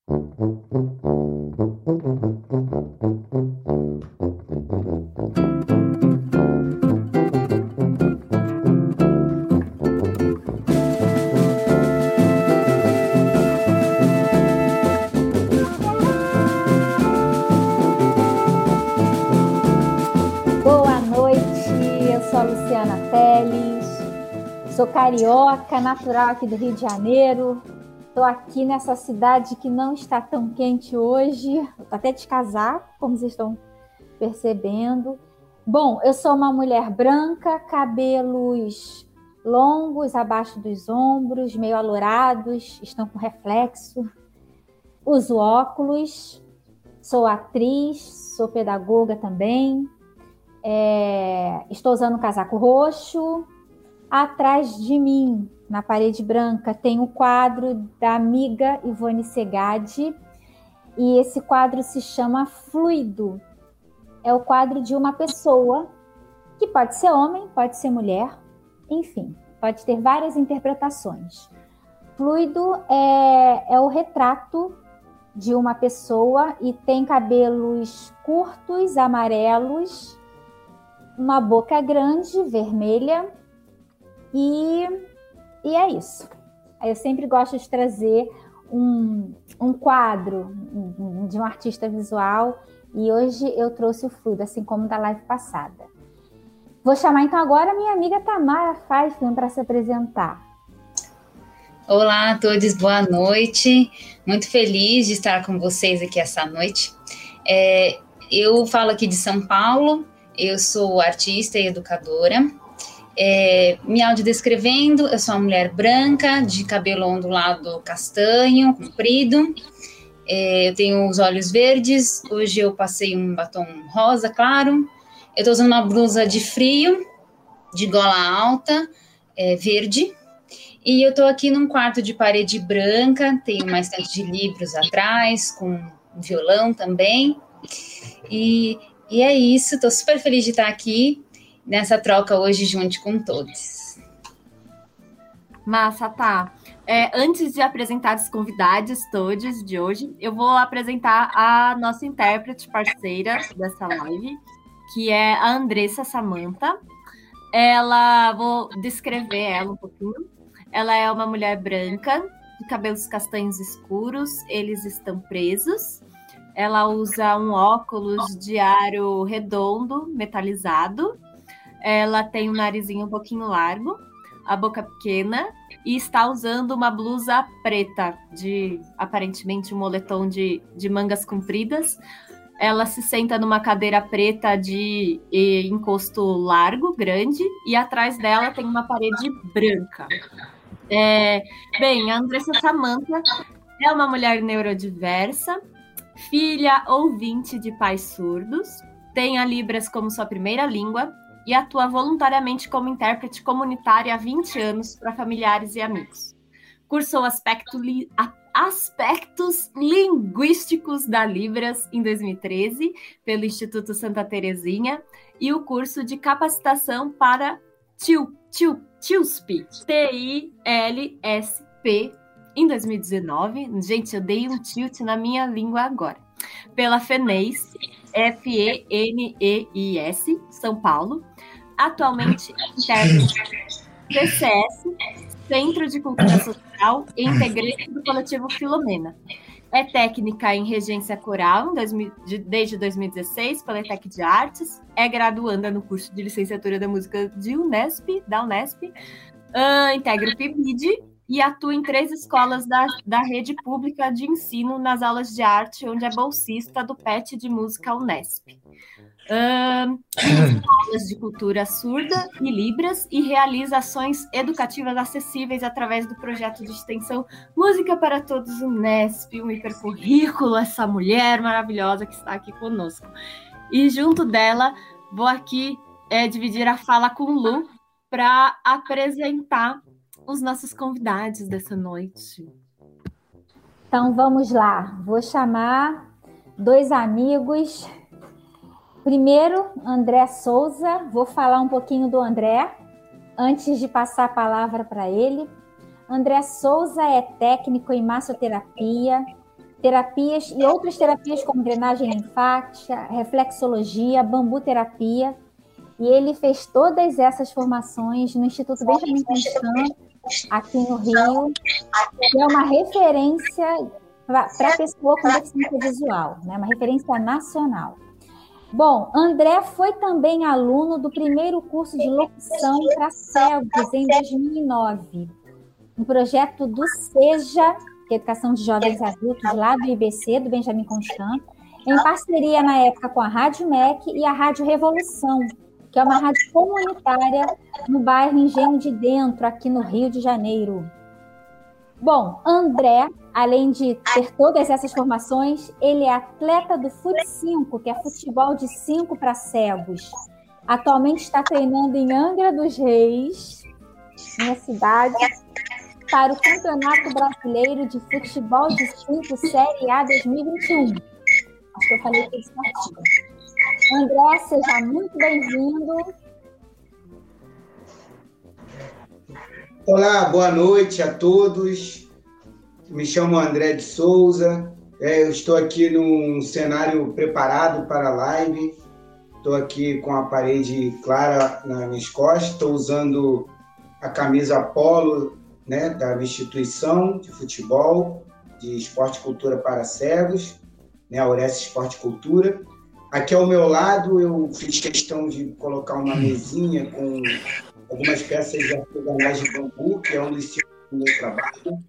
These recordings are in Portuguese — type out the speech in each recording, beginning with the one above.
Boa noite, eu sou a Luciana Teles, sou carioca, natural aqui do Rio de Janeiro. Estou aqui nessa cidade que não está tão quente hoje, estou até de casaco, como vocês estão percebendo. Bom, eu sou uma mulher branca, cabelos longos abaixo dos ombros, meio alourados, estão com reflexo. Uso óculos, sou atriz, sou pedagoga também. Estou usando um casaco roxo. Atrás de mim, na parede branca, tem um quadro da amiga Ivone Segadi, e esse quadro se chama Fluido. É o quadro de uma pessoa, que pode ser homem, pode ser mulher, enfim, pode ter várias interpretações. Fluido é o retrato de uma pessoa e tem cabelos curtos, amarelos, uma boca grande, vermelha, e é isso. Eu sempre gosto de trazer um quadro de um artista visual, e hoje eu trouxe o Fluido, assim como da live passada. Vou chamar então agora a minha amiga Tamara Pfeiffer para se apresentar. Olá a todos, boa noite. Muito feliz de estar com vocês aqui essa noite. Eu falo aqui de São Paulo, eu sou artista e educadora. Me audiodescrevendo, eu sou uma mulher branca, de cabelo ondulado castanho, comprido. Eu tenho os olhos verdes, hoje eu passei um batom rosa claro. Eu estou usando uma blusa de frio, de gola alta, verde. E eu estou aqui num quarto de parede branca, tenho uma estante de livros atrás, com um violão também. E é isso, estou super feliz de estar aqui nessa troca hoje junto com todos. Massa, tá. Antes de apresentar os convidados todos de hoje, eu vou apresentar a nossa intérprete parceira dessa live, que é a Andressa Samanta. Vou descrever ela um pouquinho. Ela é uma mulher branca, de cabelos castanhos escuros, eles estão presos. Ela usa um óculos de aro redondo, metalizado. Ela tem um narizinho um pouquinho largo, a boca pequena, e está usando uma blusa preta, aparentemente um moletom de mangas compridas. Ela se senta numa cadeira preta de encosto largo, grande, e atrás dela tem uma parede branca. A Andressa Samanta é uma mulher neurodiversa, filha ouvinte de pais surdos, tem a Libras como sua primeira língua e atua voluntariamente como intérprete comunitária há 20 anos para familiares e amigos. Cursou aspectos linguísticos da Libras em 2013 pelo Instituto Santa Terezinha e o curso de capacitação para TILSP, TILSP, em 2019. Gente, eu dei um tilt na minha língua agora. Pela FENEIS, FENEIS, São Paulo. Atualmente, intérprete CCS, Centro de Cultura Social e integrante do coletivo Filomena. É técnica em regência coral desde 2016 pela ETEC de Artes. É graduanda no curso de licenciatura da música da Unesp. Integra o PIBID e atua em 3 escolas da rede pública de ensino nas aulas de arte, onde é bolsista do PET de música Unesp. Aulas de cultura surda e Libras e realiza ações educativas acessíveis através do projeto de extensão Música para Todos Unesp, um hipercurrículo, essa mulher maravilhosa que está aqui conosco. E junto dela, vou aqui dividir a fala com o Lu para apresentar os nossos convidados dessa noite. Então vamos lá, vou chamar 2 amigos. Primeiro, André Souza. Vou falar um pouquinho do André, antes de passar a palavra para ele. André Souza é técnico em massoterapia, terapias e outras terapias como drenagem linfática, reflexologia, bambu-terapia. E ele fez todas essas formações no Instituto Benjamin Constant, aqui no Rio, que é uma referência para a pessoa com deficiência visual, né? Uma referência nacional. Bom, André foi também aluno do primeiro curso de locução para cegos em 2009, um projeto do SEJA, que é Educação de Jovens e Adultos, lá do IBC, do Benjamin Constant, em parceria na época com a Rádio MEC e a Rádio Revolução, que é uma rádio comunitária no bairro Engenho de Dentro, aqui no Rio de Janeiro. Bom, André, além de ter todas essas formações, ele é atleta do Fut5, que é futebol de 5 para cegos. Atualmente está treinando em Angra dos Reis, minha cidade, para o Campeonato Brasileiro de Futebol de 5 Série A 2021. Acho que eu falei tudo certinho. André, seja muito bem-vindo. Olá, boa noite a todos. Me chamo André de Souza. Eu estou aqui num cenário preparado para a live. Estou aqui com a parede clara nas minhas costas. Estou usando a camisa polo, né, da minha instituição de futebol, de esporte e cultura para cegos, né, a Aurece Esporte e Cultura. Aqui ao meu lado eu fiz questão de colocar uma mesinha com algumas peças de artesanais de bambu, que é um dos estilos do meu trabalho.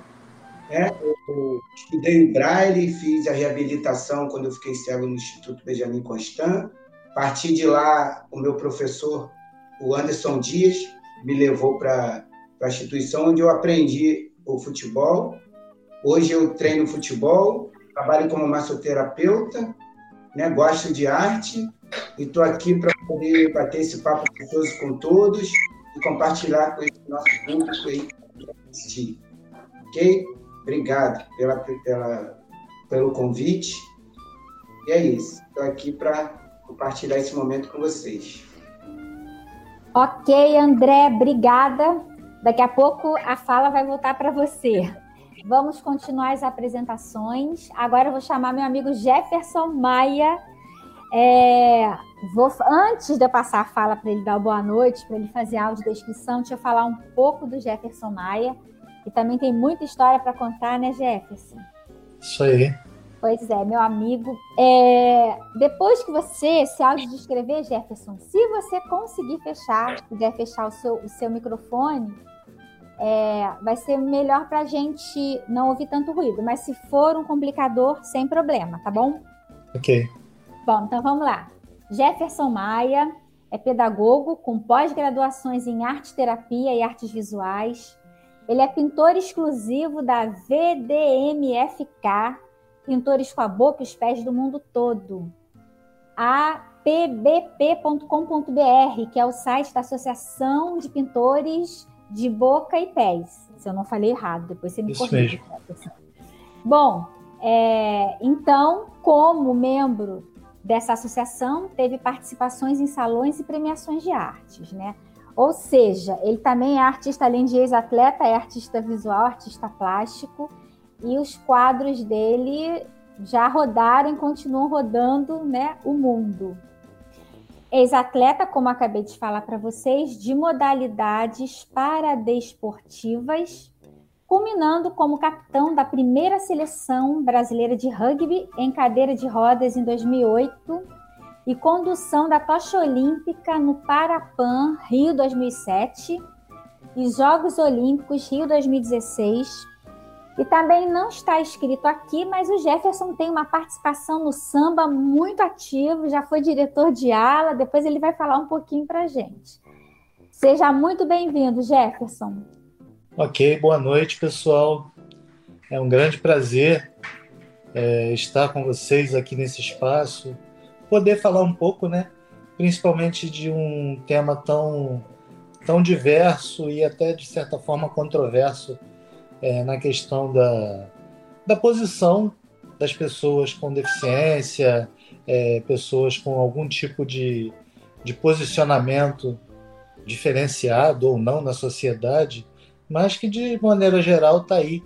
Eu estudei em Braille, fiz a reabilitação quando eu fiquei cego no Instituto Benjamin Constant. A partir de lá, o meu professor, o Anderson Dias, me levou para a instituição onde eu aprendi o futebol. Hoje eu treino futebol, trabalho como massoterapeuta, né, gosto de arte e estou aqui para poder bater esse papo gostoso com todos e compartilhar com esse nosso público aí que vai assistir. Ok? Obrigado pelo convite. E é isso. Estou aqui para compartilhar esse momento com vocês. Ok, André, obrigada. Daqui a pouco a fala vai voltar para você. Vamos continuar as apresentações. Agora eu vou chamar meu amigo Jefferson Maia. Antes de eu passar a fala para ele dar boa noite, para ele fazer a audiodescrição, deixa eu falar um pouco do Jefferson Maia, que também tem muita história para contar, né, Jefferson? Isso aí. Pois é, meu amigo. Depois que você se audiodescrever, Jefferson, se você conseguir puder fechar o seu microfone, vai ser melhor para a gente não ouvir tanto ruído. Mas se for um complicador, sem problema, tá bom? Ok. Bom, então vamos lá. Jefferson Maia é pedagogo com pós-graduações em arte-terapia e artes visuais. Ele é pintor exclusivo da VDMFK, pintores com a boca e os pés do mundo todo. A pbp.com.br, que é o site da Associação de Pintores de Boca e Pés. Se eu não falei errado, depois você me corrige. Bom, então, como membro dessa associação, teve participações em salões e premiações de artes, né? Ou seja, ele também é artista, além de ex-atleta, é artista visual, artista plástico, e os quadros dele já rodaram e continuam rodando, né, o mundo. Ex-atleta, como acabei de falar para vocês, de modalidades paradesportivas, culminando como capitão da primeira seleção brasileira de rugby em cadeira de rodas em 2008 e condução da tocha olímpica no Parapan Rio 2007 e Jogos Olímpicos Rio 2016. E também não está escrito aqui, mas o Jefferson tem uma participação no samba muito ativo, já foi diretor de ala, depois ele vai falar um pouquinho para a gente. Seja muito bem-vindo, Jefferson. Ok, boa noite, pessoal. É um grande prazer estar com vocês aqui nesse espaço, poder falar um pouco, né, principalmente de um tema tão diverso e até, de certa forma, controverso, na questão da posição das pessoas com deficiência, pessoas com algum tipo de posicionamento diferenciado ou não na sociedade, mas que, de maneira geral, está aí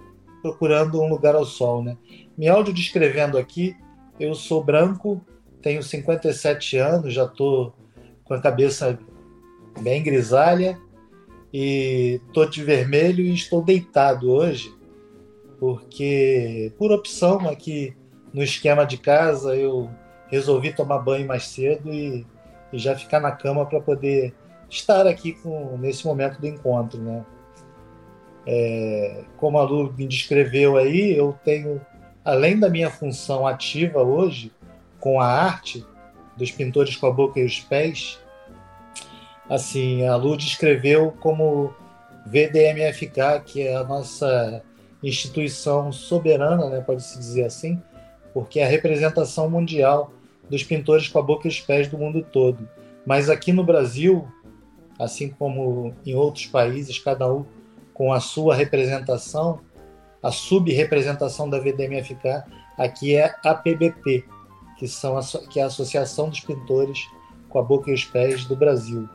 procurando um lugar ao sol, né? Me audiodescrevendo aqui, eu sou branco, tenho 57 anos, já estou com a cabeça bem grisalha e estou de vermelho e estou deitado hoje, porque por opção aqui no esquema de casa eu resolvi tomar banho mais cedo e já ficar na cama para poder estar aqui nesse momento do encontro, né? Como a Lu me descreveu aí, eu tenho, além da minha função ativa hoje com a arte dos pintores com a boca e os pés, assim, a Lu descreveu como VDMFK, que é a nossa instituição soberana, né, pode-se dizer assim, porque é a representação mundial dos pintores com a boca e os pés do mundo todo. Mas aqui no Brasil, assim como em outros países, cada um com a sua representação, a sub-representação da VDMFK, aqui é a APBP, que é a Associação dos Pintores com a Boca e os Pés do Brasil.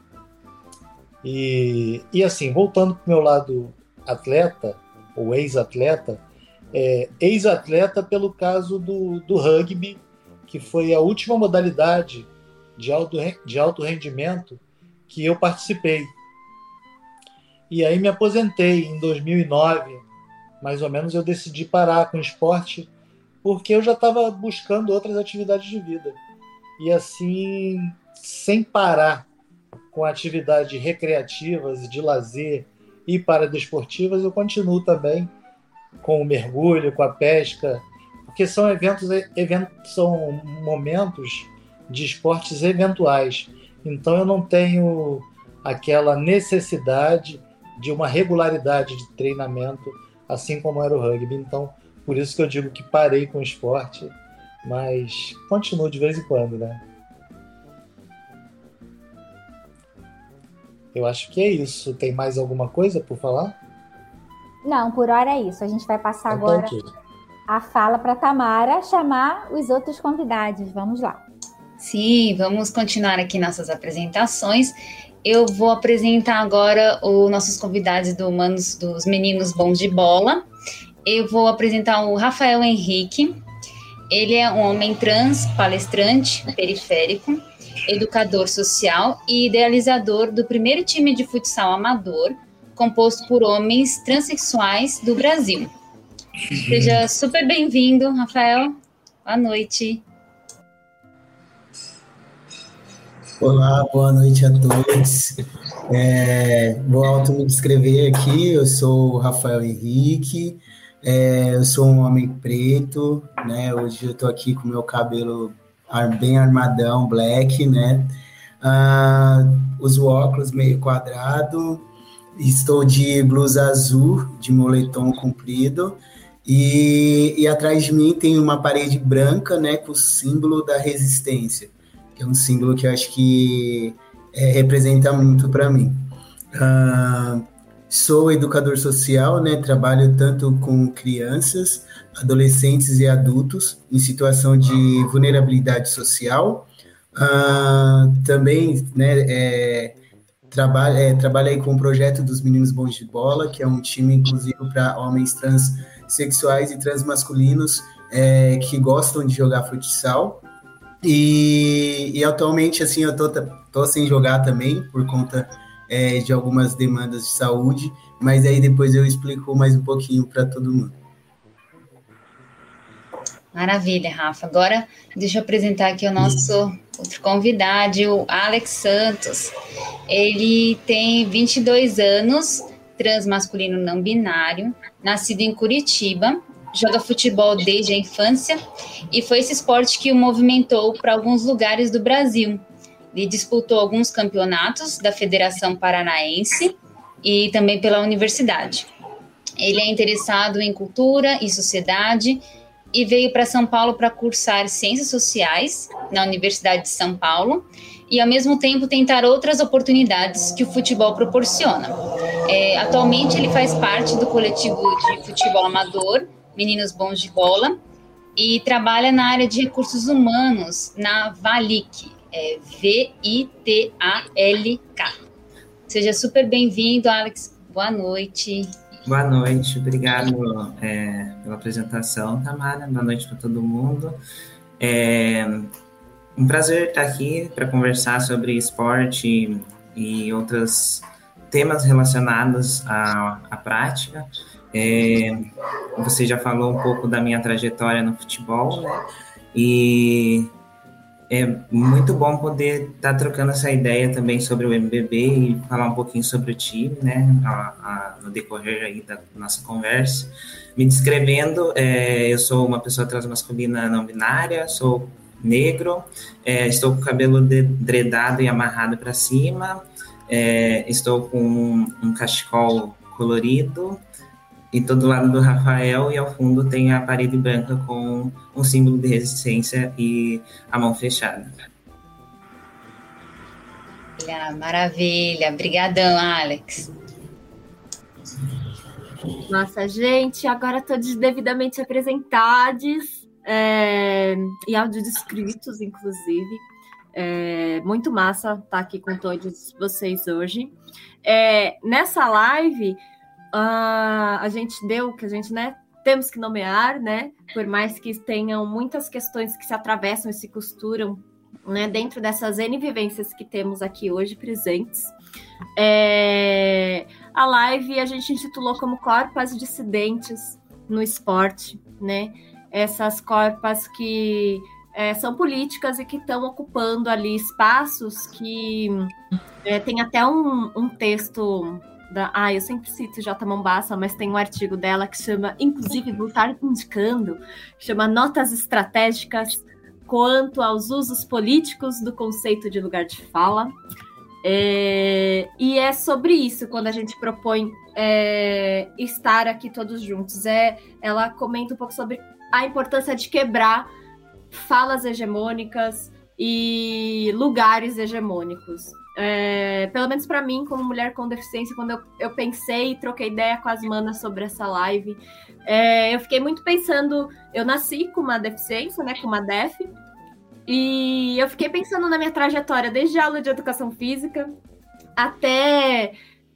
E assim, voltando para o meu lado atleta, ou ex-atleta, ex-atleta pelo caso do rugby, que foi a última modalidade de alto rendimento que eu participei. E aí me aposentei em 2009, mais ou menos, eu decidi parar com o esporte porque eu já estava buscando outras atividades de vida. E assim, sem parar com atividades recreativas, de lazer e paradesportivas, eu continuo também com o mergulho, com a pesca, porque são são momentos de esportes eventuais. Então eu não tenho aquela necessidade de uma regularidade de treinamento, assim como era o rugby. Então, por isso que eu digo que parei com o esporte, mas continuo de vez em quando, né? Eu acho que é isso. Tem mais alguma coisa por falar? Não, por hora é isso. A gente vai passar agora a fala para a Tamara chamar os outros convidados. Vamos lá. Sim, vamos continuar aqui nossas apresentações. Eu vou apresentar agora os nossos convidados dos Meninos Bons de Bola. Eu vou apresentar o Rafael Henrique. Ele é um homem trans, palestrante, periférico, educador social e idealizador do primeiro time de futsal amador, composto por homens transexuais do Brasil. Seja super bem-vindo, Rafael. Boa noite. Olá, boa noite a todos. Vou auto-me descrever aqui. Eu sou o Rafael Henrique, eu sou um homem preto, né? Hoje eu tô aqui com meu cabelo bem armadão, black, né? Uso óculos meio quadrado, estou de blusa azul, de moletom comprido, e atrás de mim tem uma parede branca, né? Com o símbolo da resistência. É um símbolo que eu acho que representa muito para mim. Sou educador social, né? Trabalho tanto com crianças, adolescentes e adultos em situação de vulnerabilidade social. Também, né, trabalho aí com o projeto dos Meninos Bons de Bola, que é um time inclusivo para homens transexuais e transmasculinos que gostam de jogar futsal. E atualmente, assim, eu tô sem jogar também, por conta de algumas demandas de saúde, mas aí depois eu explico mais um pouquinho para todo mundo. Maravilha, Rafa. Agora, deixa eu apresentar aqui o nosso outro convidado, o Alex Santos. Ele tem 22 anos, transmasculino não binário, nascido em Curitiba, joga futebol desde a infância e foi esse esporte que o movimentou para alguns lugares do Brasil. Ele disputou alguns campeonatos da Federação Paranaense e também pela universidade. Ele é interessado em cultura e sociedade e veio para São Paulo para cursar Ciências Sociais na Universidade de São Paulo e, ao mesmo tempo, tentar outras oportunidades que o futebol proporciona. Atualmente, ele faz parte do coletivo de futebol amador Meninos Bons de Bola e trabalha na área de recursos humanos na VALIC, VITALK. Seja super bem-vindo, Alex. Boa noite. Boa noite, obrigado pela apresentação, Tamara. Boa noite para todo mundo. Um prazer estar aqui para conversar sobre esporte e outros temas relacionados à prática. Você já falou um pouco da minha trajetória no futebol, né? E é muito bom poder estar trocando essa ideia também sobre o MBB e falar um pouquinho sobre o time, né? No decorrer aí da nossa conversa. Me descrevendo, eu sou uma pessoa transmasculina não binária, sou negro, estou com o cabelo dredado e amarrado para cima, estou com um cachecol colorido, e estou do lado do Rafael, e ao fundo tem a parede branca com um símbolo de resistência e a mão fechada. Maravilha. Obrigadão, Alex. Nossa, gente, agora todos devidamente apresentados e audiodescritos, inclusive. Muito massa estar aqui com todos vocês hoje. Nessa live, a gente deu que a gente, né, temos que nomear, né, por mais que tenham muitas questões que se atravessam e se costuram, né, dentro dessas N vivências que temos aqui hoje presentes. A live a gente intitulou como Corpas Dissidentes no Esporte, né, essas corpas que são políticas e que estão ocupando ali espaços que tem até um texto eu sempre cito J. Mombassa, mas tem um artigo dela que chama, inclusive vou estar indicando, chama Notas Estratégicas quanto aos usos políticos do conceito de lugar de fala. E é sobre isso quando a gente propõe estar aqui todos juntos. Ela comenta um pouco sobre a importância de quebrar falas hegemônicas e lugares hegemônicos. Pelo menos para mim, como mulher com deficiência, quando eu pensei e troquei ideia com as manas sobre essa live, eu fiquei muito pensando, eu nasci com uma deficiência, né, com uma DEF, e eu fiquei pensando na minha trajetória, desde a aula de educação física até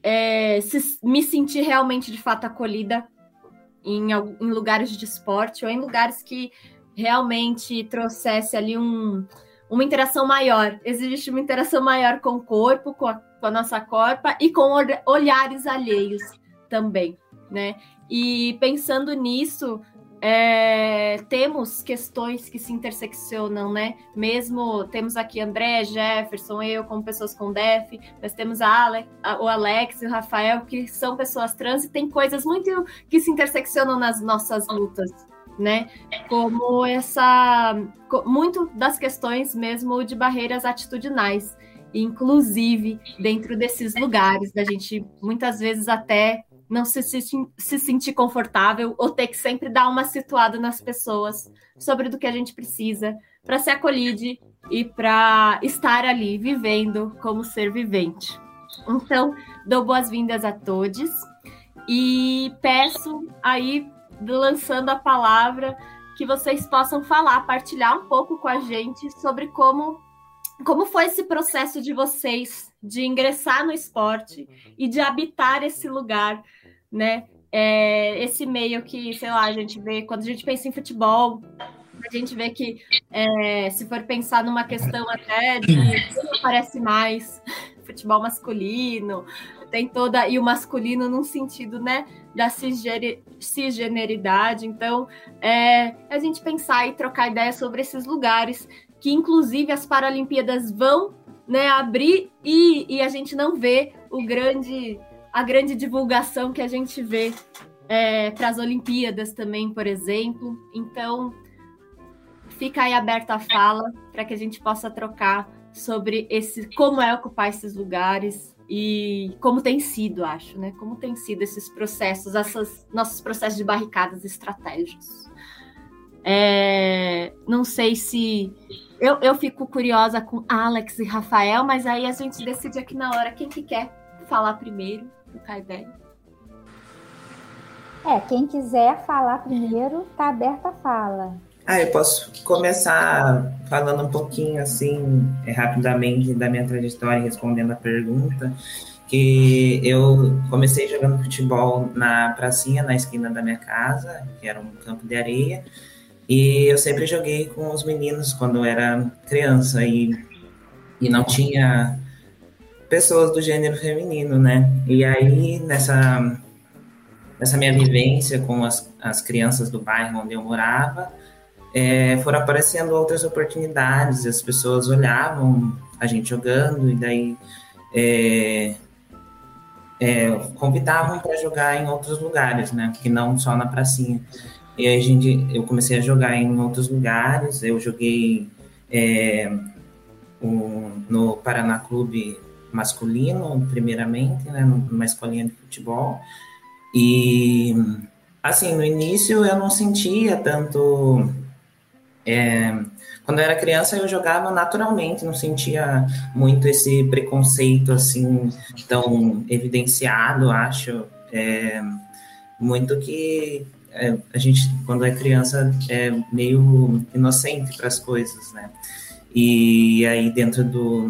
me sentir realmente, de fato, acolhida em lugares de esporte ou em lugares que realmente trouxesse ali uma interação maior. Existe uma interação maior com o corpo, com a nossa corpa e com olhares alheios também, né? E pensando nisso, temos questões que se interseccionam, né? Mesmo temos aqui André, Jefferson, eu como pessoas com DEF, nós temos o Alex e o Rafael, que são pessoas trans, e tem coisas muito que se interseccionam nas nossas lutas, né? Como muito das questões mesmo de barreiras atitudinais, inclusive dentro desses lugares, da gente muitas vezes até não se sentir confortável ou ter que sempre dar uma situada nas pessoas sobre do que a gente precisa para ser acolhido e para estar ali vivendo como ser vivente. Então, dou boas-vindas a todos e peço aí, lançando a palavra, que vocês possam partilhar um pouco com a gente sobre como foi esse processo de vocês de ingressar no esporte e de habitar esse lugar, né? Esse meio que, sei lá, a gente vê, quando a gente pensa em futebol, a gente vê que, se for pensar numa questão até de quem aparece mais, futebol masculino, tem toda, e o masculino num sentido, né, da cisgeneridade. Então, a gente pensar e trocar ideias sobre esses lugares que, inclusive, as Paralimpíadas vão, né, abrir e a gente não vê a grande divulgação que a gente vê para as Olimpíadas também, por exemplo. Então, fica aí aberta a fala para que a gente possa trocar sobre como ocupar esses lugares e como tem sido, acho, né? Como tem sido esses processos, nossos processos de barricadas estratégicos. Não sei se... Eu fico curiosa com Alex e Rafael, mas aí a gente decide aqui na hora quem que quer falar primeiro, trocar ideia. Quem quiser falar primeiro, tá aberta a fala. Eu posso começar falando um pouquinho, assim, rapidamente da minha trajetória, respondendo a pergunta, que eu comecei jogando futebol na pracinha, na esquina da minha casa, que era um campo de areia, e eu sempre joguei com os meninos quando eu era criança, e não tinha pessoas do gênero feminino, né? E aí, nessa minha vivência com as crianças do bairro onde eu morava, foram aparecendo outras oportunidades, as pessoas olhavam a gente jogando, e daí convidavam para jogar em outros lugares, né? Que não só na pracinha. E aí eu comecei a jogar em outros lugares, eu joguei no Paraná Clube masculino, primeiramente, né? Numa escolinha de futebol. E, assim, no início eu não sentia tanto... quando eu era criança eu jogava naturalmente, não sentia muito esse preconceito, assim, tão evidenciado, acho. Muito que a gente, quando é criança, é meio inocente para as coisas, né? E aí dentro do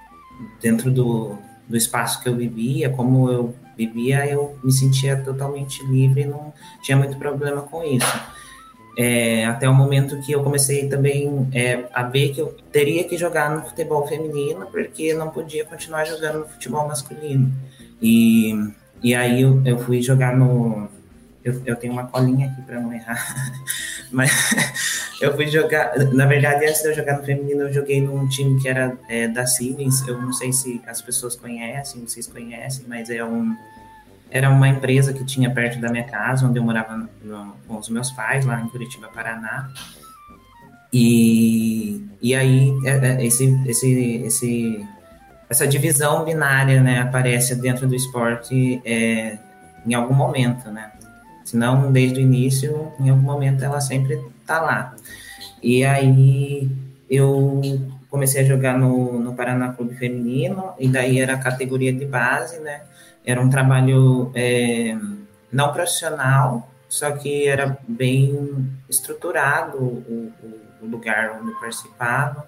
espaço que eu vivia, como eu vivia, eu me sentia totalmente livre, não tinha muito problema com isso. Até o momento que eu comecei também a ver que eu teria que jogar no futebol feminino, porque eu não podia continuar jogando no futebol masculino. E aí eu fui jogar no... Eu tenho uma colinha aqui para não errar, mas eu fui jogar... Na verdade, antes de eu jogar no feminino, eu joguei num time que era da Siemens. Eu não sei se as pessoas conhecem, vocês conhecem, mas era uma empresa que tinha perto da minha casa, onde eu morava com os meus pais, lá em Curitiba, Paraná. E aí, essa divisão binária, né, aparece dentro do esporte em algum momento, né? Se não desde o início, em algum momento ela sempre está lá. E aí eu comecei a jogar no Paraná Clube Feminino, e daí era a categoria de base, né? Era um trabalho não profissional, só que era bem estruturado o lugar onde eu participava.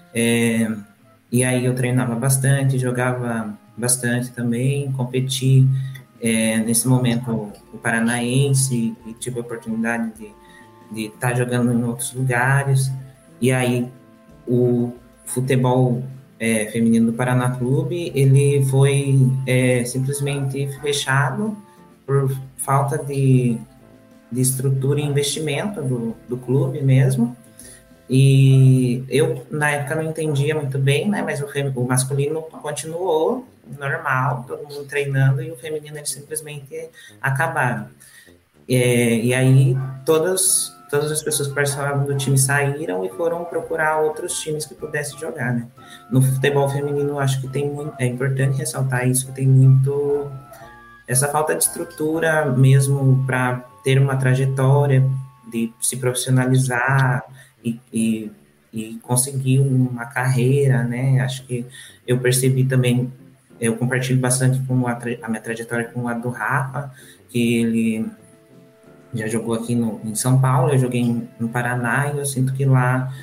E aí eu treinava bastante, jogava bastante também, competi nesse momento o Paranaense, e tive a oportunidade de estar jogando em outros lugares. E aí o futebol feminino do Paraná Clube, ele foi simplesmente fechado por falta de estrutura e investimento do clube mesmo. E eu, na época, não entendia muito bem, né? Mas o masculino continuou normal, todo mundo treinando, e o feminino, eles simplesmente acabaram. E aí, todas as pessoas que participavam do time saíram e foram procurar outros times que pudessem jogar, né? No futebol feminino, acho que é importante ressaltar isso, que tem muito essa falta de estrutura mesmo para ter uma trajetória, de se profissionalizar e conseguir uma carreira, né? Acho que eu percebi também, eu compartilho bastante com a minha trajetória com a do Rafa, que ele já jogou aqui em São Paulo, eu joguei no Paraná, e eu sinto que lá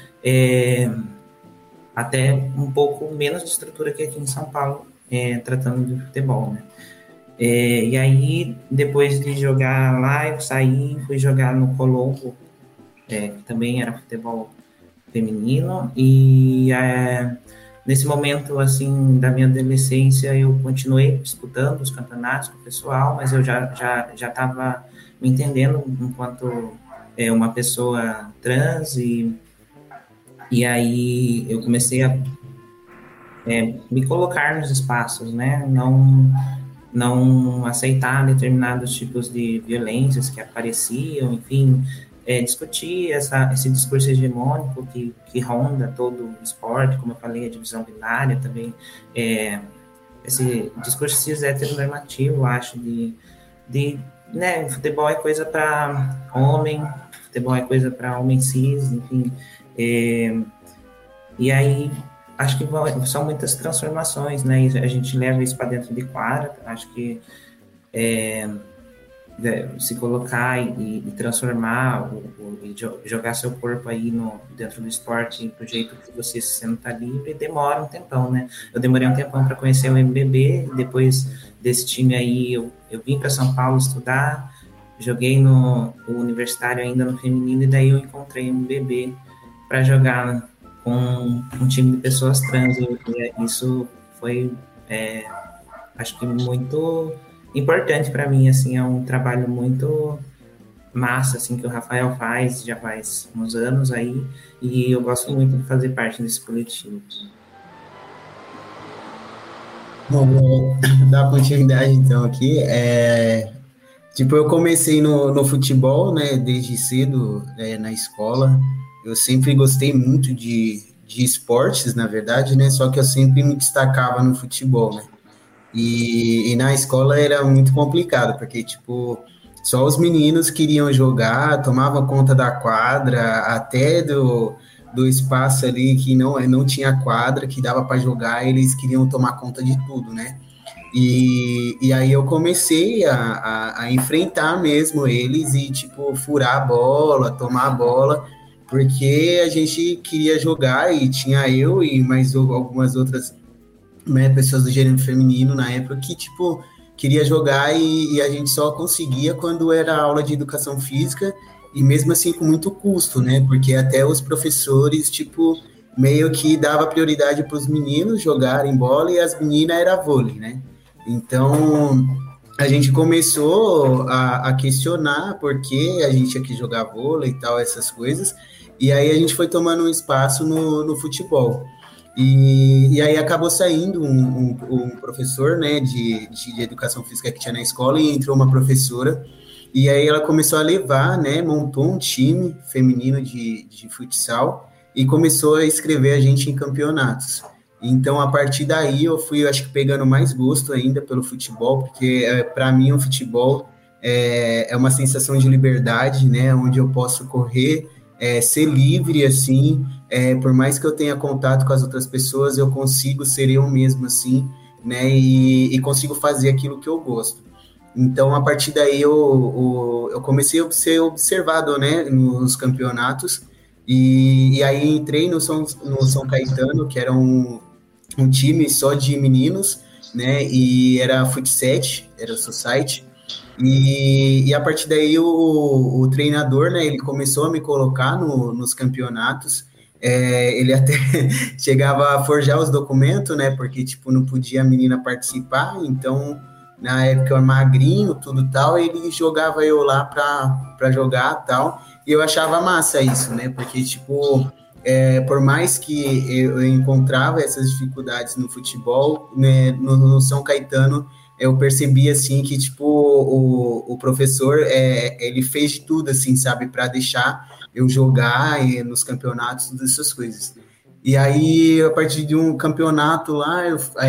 até um pouco menos de estrutura que aqui em São Paulo, tratando de futebol, né? E aí, depois de jogar lá, eu saí, fui jogar no Colombo, que também era futebol feminino, e nesse momento, assim, da minha adolescência, eu continuei disputando os campeonatos com o pessoal, mas eu já estava me entendendo enquanto uma pessoa trans, e aí eu comecei a me colocar nos espaços, né? Não aceitar determinados tipos de violências que apareciam, enfim, discutir esse discurso hegemônico que ronda todo o esporte, como eu falei, a divisão binária também, esse discurso cis heteronormativo, acho, né, futebol é coisa para homem, futebol é coisa para homem cis, enfim, e aí acho que são muitas transformações, né, e a gente leva isso para dentro de quadra. Acho que se colocar e transformar e jogar seu corpo aí dentro do esporte do jeito que você se senta livre, demora um tempão, né? Eu demorei um tempão para conhecer o MBB, depois desse time aí, eu vim para São Paulo estudar, joguei no universitário ainda no feminino, e daí eu encontrei um bebê para jogar com um time de pessoas trans, e isso foi, acho que muito importante para mim, assim, é um trabalho muito massa, assim, que o Rafael faz, já faz uns anos aí, e eu gosto muito de fazer parte desse coletivo. Bom, vou dar continuidade então aqui. Tipo, eu comecei no futebol, né, desde cedo, na escola. Eu sempre gostei muito de esportes, na verdade, né, só que eu sempre me destacava no futebol, né. E na escola era muito complicado, porque, tipo, só os meninos queriam jogar, tomavam conta da quadra, até do espaço ali que não tinha quadra, que dava para jogar, eles queriam tomar conta de tudo, né? E aí eu comecei a enfrentar mesmo eles e, tipo, furar a bola, tomar a bola, porque a gente queria jogar e tinha eu e mais algumas outras, né, pessoas do gênero feminino na época que, tipo, queria jogar e a gente só conseguia quando era aula de educação física, e mesmo assim com muito custo, né? Porque até os professores, tipo, meio que dava prioridade para os meninos jogarem bola e as meninas era vôlei, né? Então, a gente começou a questionar por que a gente tinha que jogar vôlei e tal, essas coisas, e aí a gente foi tomando um espaço no futebol. E aí acabou saindo um professor, né, de educação física que tinha na escola, e entrou uma professora. E aí ela começou a levar, né, montou um time feminino de futsal e começou a inscrever a gente em campeonatos. Então, a partir daí, eu fui, acho que, pegando mais gosto ainda pelo futebol, porque, para mim, o futebol é uma sensação de liberdade, né, onde eu posso correr, ser livre, assim, por mais que eu tenha contato com as outras pessoas, eu consigo ser eu mesmo, assim, né, e consigo fazer aquilo que eu gosto. Então, a partir daí, eu comecei a ser observado, né, nos campeonatos, e aí entrei no São Caetano, que era um time só de meninos, né, e era futsal, era society, e a partir daí o treinador, né, ele começou a me colocar nos campeonatos. Ele até chegava a forjar os documentos, né, porque, tipo, não podia a menina participar, então... Na época eu era magrinho, tudo tal, ele jogava eu lá pra jogar tal, e eu achava massa isso, né, porque, tipo, por mais que eu encontrava essas dificuldades no futebol, né, no São Caetano, eu percebi, assim, que, tipo, o professor, ele fez de tudo, assim, sabe, para deixar eu jogar nos campeonatos, todas essas coisas. E aí, a partir de um campeonato lá,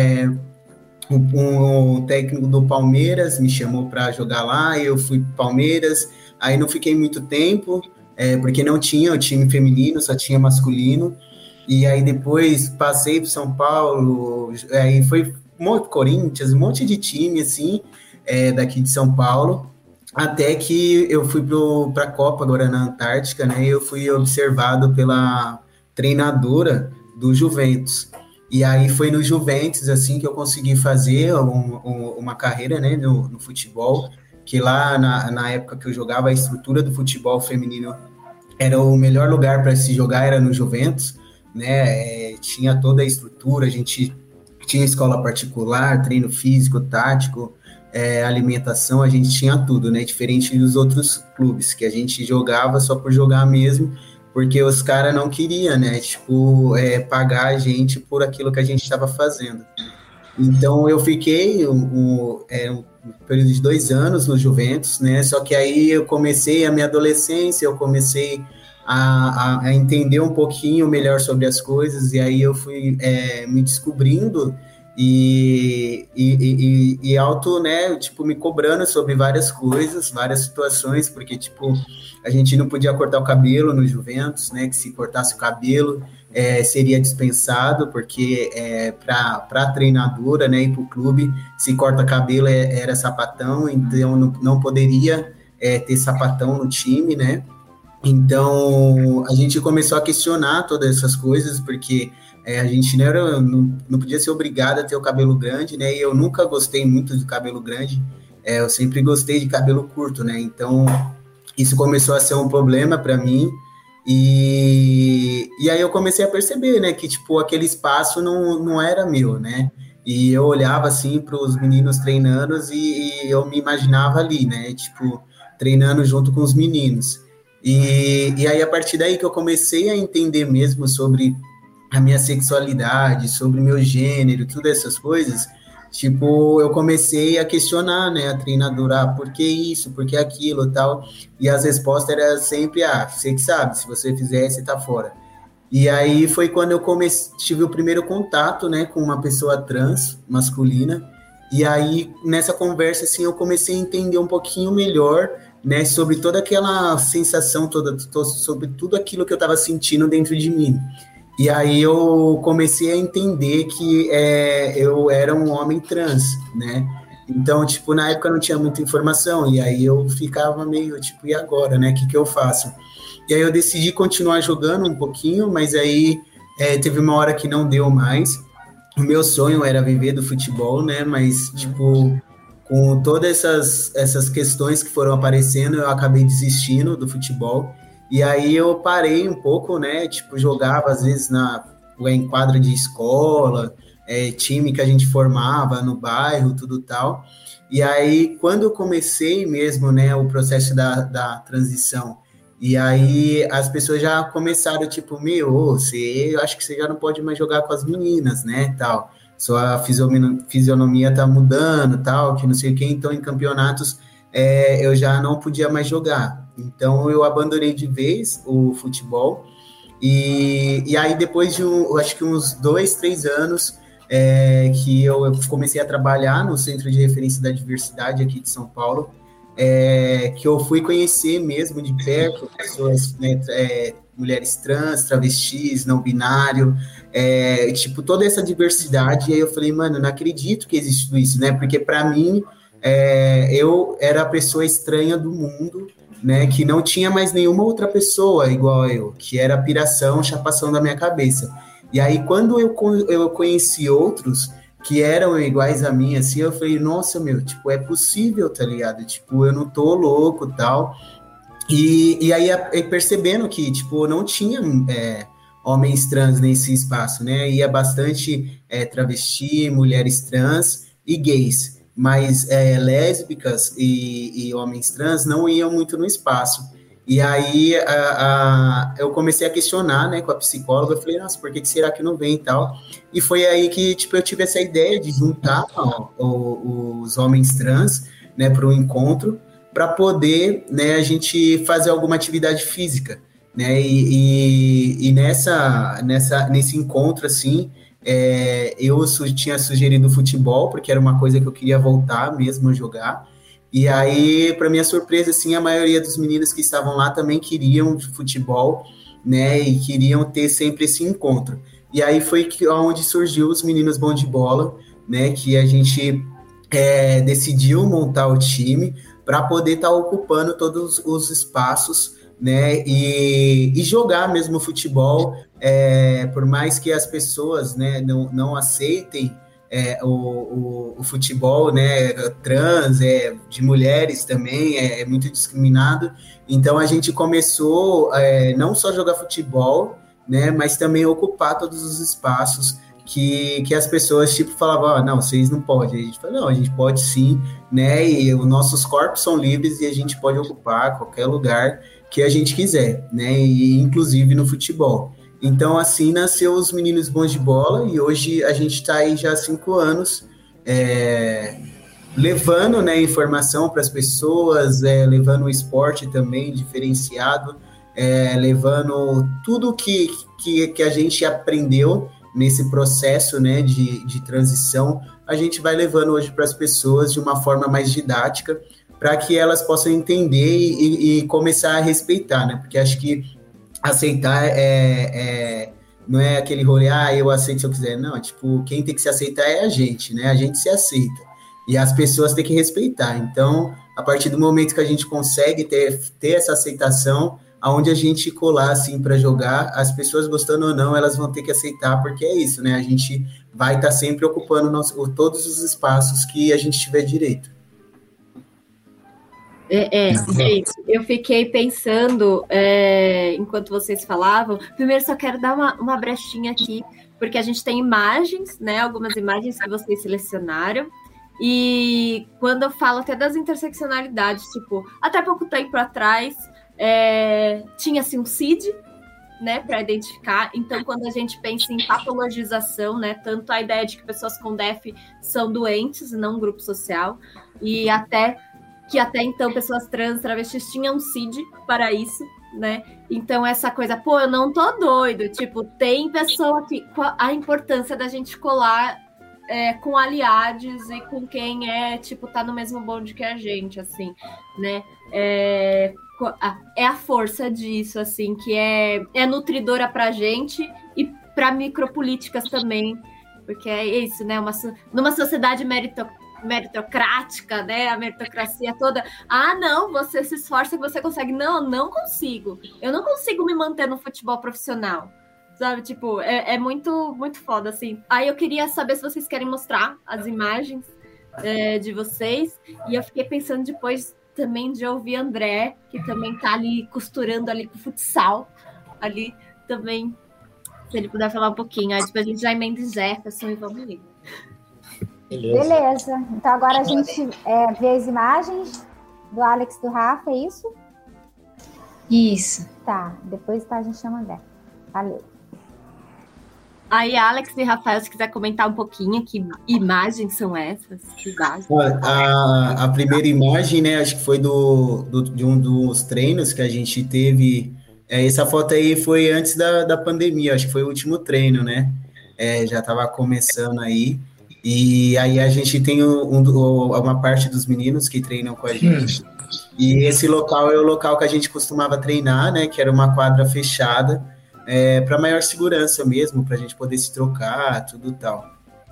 um técnico do Palmeiras me chamou para jogar lá, eu fui para Palmeiras, aí não fiquei muito tempo, porque não tinha o time feminino, só tinha masculino, e aí depois passei para São Paulo, aí foi Corinthians, um monte de time, assim, daqui de São Paulo, até que eu fui para a Copa agora na Antártica, né, eu fui observado pela treinadora do Juventus. E aí foi no Juventus, assim, que eu consegui fazer uma carreira, né, no futebol, que lá na época que eu jogava, a estrutura do futebol feminino era o melhor lugar para se jogar, era no Juventus, né, tinha toda a estrutura, a gente tinha escola particular, treino físico, tático, alimentação, a gente tinha tudo, né, diferente dos outros clubes, que a gente jogava só por jogar mesmo, porque os caras não queriam, né, tipo, pagar a gente por aquilo que a gente estava fazendo. Então, eu fiquei um período de 2 anos no Juventus, né, só que aí eu comecei a minha adolescência, eu comecei a entender um pouquinho melhor sobre as coisas, e aí eu fui me descobrindo e né, tipo, me cobrando sobre várias coisas, várias situações, porque, tipo, a gente não podia cortar o cabelo no Juventus, né, que se cortasse o cabelo, seria dispensado, porque para a treinadora, né, e para o clube, se corta cabelo era sapatão, então não poderia ter sapatão no time, né, Então, a gente começou a questionar todas essas coisas, porque a gente não podia ser obrigado a ter o cabelo grande, né? E eu nunca gostei muito de cabelo grande, eu sempre gostei de cabelo curto, né? Então, isso começou a ser um problema para mim, e aí eu comecei a perceber, né, que, tipo, aquele espaço não era meu, né? E eu olhava, assim, para os meninos treinando e eu me imaginava ali, né? Tipo, treinando junto com os meninos. E aí, a partir daí que eu comecei a entender mesmo sobre a minha sexualidade, sobre o meu gênero, todas essas coisas, tipo, eu comecei a questionar, né, a treinadora, por que isso, por que aquilo, tal, e as respostas eram sempre, você que sabe, se você fizer, você tá fora. E aí foi quando eu tive o primeiro contato, né, com uma pessoa trans, masculina, e aí, nessa conversa, assim, eu comecei a entender um pouquinho melhor, né, sobre toda aquela sensação toda, sobre tudo aquilo que eu estava sentindo dentro de mim. E aí eu comecei a entender que eu era um homem trans, né? Então, tipo, na época não tinha muita informação, e aí eu ficava meio, tipo, e agora, né? O que eu faço? E aí eu decidi continuar jogando um pouquinho, mas aí teve uma hora que não deu mais. O meu sonho era viver do futebol, né? Mas, tipo, com todas essas questões que foram aparecendo, eu acabei desistindo do futebol. E aí eu parei um pouco, né? Tipo, jogava às vezes em quadra de escola, time que a gente formava no bairro, tudo tal. E aí, quando eu comecei mesmo, né, o processo da transição, e aí as pessoas já começaram, tipo, eu acho que você já não pode mais jogar com as meninas, né, tal. Sua fisionomia tá mudando, tal, que não sei o quê. Então, em campeonatos, eu já não podia mais jogar. Então, eu abandonei de vez o futebol. E aí, depois de, acho que uns 2, 3 anos, que eu comecei a trabalhar no Centro de Referência da Diversidade aqui de São Paulo, que eu fui conhecer mesmo de perto pessoas, né, mulheres trans, travestis, não binário, tipo, toda essa diversidade. E aí eu falei, mano, não acredito que existe tudo isso, né? Porque para mim, eu era a pessoa estranha do mundo, né? Que não tinha mais nenhuma outra pessoa igual eu, que era a piração, chapação da minha cabeça. E aí, quando eu conheci outros que eram iguais a mim, assim, eu falei, nossa, meu, tipo, é possível, tá ligado? Tipo, eu não tô louco, tal. E aí, percebendo que, tipo, não tinha homens trans nesse espaço, né? Ia bastante travesti, mulheres trans e gays, mas lésbicas e homens trans não iam muito no espaço. E aí eu comecei a questionar, né, com a psicóloga. Eu falei, nossa, por que será que não vem e tal? E foi aí que, tipo, eu tive essa ideia de juntar os homens trans, né, para um encontro, para poder, né, a gente fazer alguma atividade física, né? E nesse encontro, assim, eu tinha sugerido futebol, porque era uma coisa que eu queria voltar mesmo a jogar. E aí, para minha surpresa, assim, a maioria dos meninos que estavam lá também queriam futebol, né? E queriam ter sempre esse encontro. E aí foi onde surgiu os Meninos Bom de Bola, né? Que a gente decidiu montar o time para poder estar ocupando todos os espaços, né? E jogar mesmo futebol, por mais que as pessoas, né, não aceitem o futebol, né, trans, de mulheres também, é muito discriminado. Então a gente começou não só jogar futebol, né, mas também ocupar todos os espaços que as pessoas tipo falavam, não, vocês não podem. A gente falou, não, a gente pode sim, né, e os nossos corpos são livres e a gente pode ocupar qualquer lugar que a gente quiser, né, e inclusive no futebol. Então, assim, nasceu os Meninos Bons de Bola, e hoje a gente está aí já há 5 anos, levando, né, informação para as pessoas, levando o esporte também diferenciado, levando tudo que a gente aprendeu nesse processo, né, de transição, a gente vai levando hoje para as pessoas de uma forma mais didática, para que elas possam entender e começar a respeitar, né, porque acho que aceitar não é aquele rolê, eu aceito se eu quiser. Não, tipo, quem tem que se aceitar é a gente, né? A gente se aceita. E as pessoas têm que respeitar. Então, a partir do momento que a gente consegue ter essa aceitação, aonde a gente colar, assim, para jogar, as pessoas gostando ou não, elas vão ter que aceitar, porque é isso, né? A gente vai estar sempre ocupando todos os espaços que a gente tiver direito. Gente, eu fiquei pensando, enquanto vocês falavam, primeiro só quero dar uma brechinha aqui, porque a gente tem imagens, né, algumas imagens que vocês selecionaram, e quando eu falo até das interseccionalidades, tipo, até pouco tempo atrás, tinha-se um CID, né, para identificar, então quando a gente pensa em patologização, né, tanto a ideia de que pessoas com DEF são doentes e não um grupo social, e até então pessoas trans, travestis tinham um CID para isso, né? Então essa coisa, pô, eu não tô doido, tipo, tem pessoa que... A importância da gente colar com aliados e com quem tipo, tá no mesmo bonde que a gente, assim, né? É a força disso, assim, que é nutridora pra gente e pra micropolíticas também, porque é isso, né? Numa sociedade meritocrática, né? A meritocracia toda. Ah, não, você se esforça que você consegue. Não consigo. Eu não consigo me manter no futebol profissional. Sabe? Tipo, é muito, muito foda, assim. Aí eu queria saber se vocês querem mostrar as imagens de vocês. E eu fiquei pensando depois também de ouvir André, que também tá ali costurando ali com o futsal. Ali também, se ele puder falar um pouquinho. Aí depois a gente já emenda em Jefferson e vamos ir. Beleza. Então agora a gente vê as imagens do Alex e do Rafa, é isso? Isso. Tá, depois a gente chama André. Valeu. Aí, Alex e Rafael, se quiser comentar um pouquinho, que imagens são essas? Que imagens? A primeira imagem, né, acho que foi de um dos treinos que a gente teve. Essa foto aí foi antes da pandemia, acho que foi o último treino, né? Já estava começando aí. E aí a gente tem uma parte dos meninos que treinam com a gente. E esse local é o local que a gente costumava treinar, né? Que era uma quadra fechada, para maior segurança mesmo, para a gente poder se trocar, tudo e tal.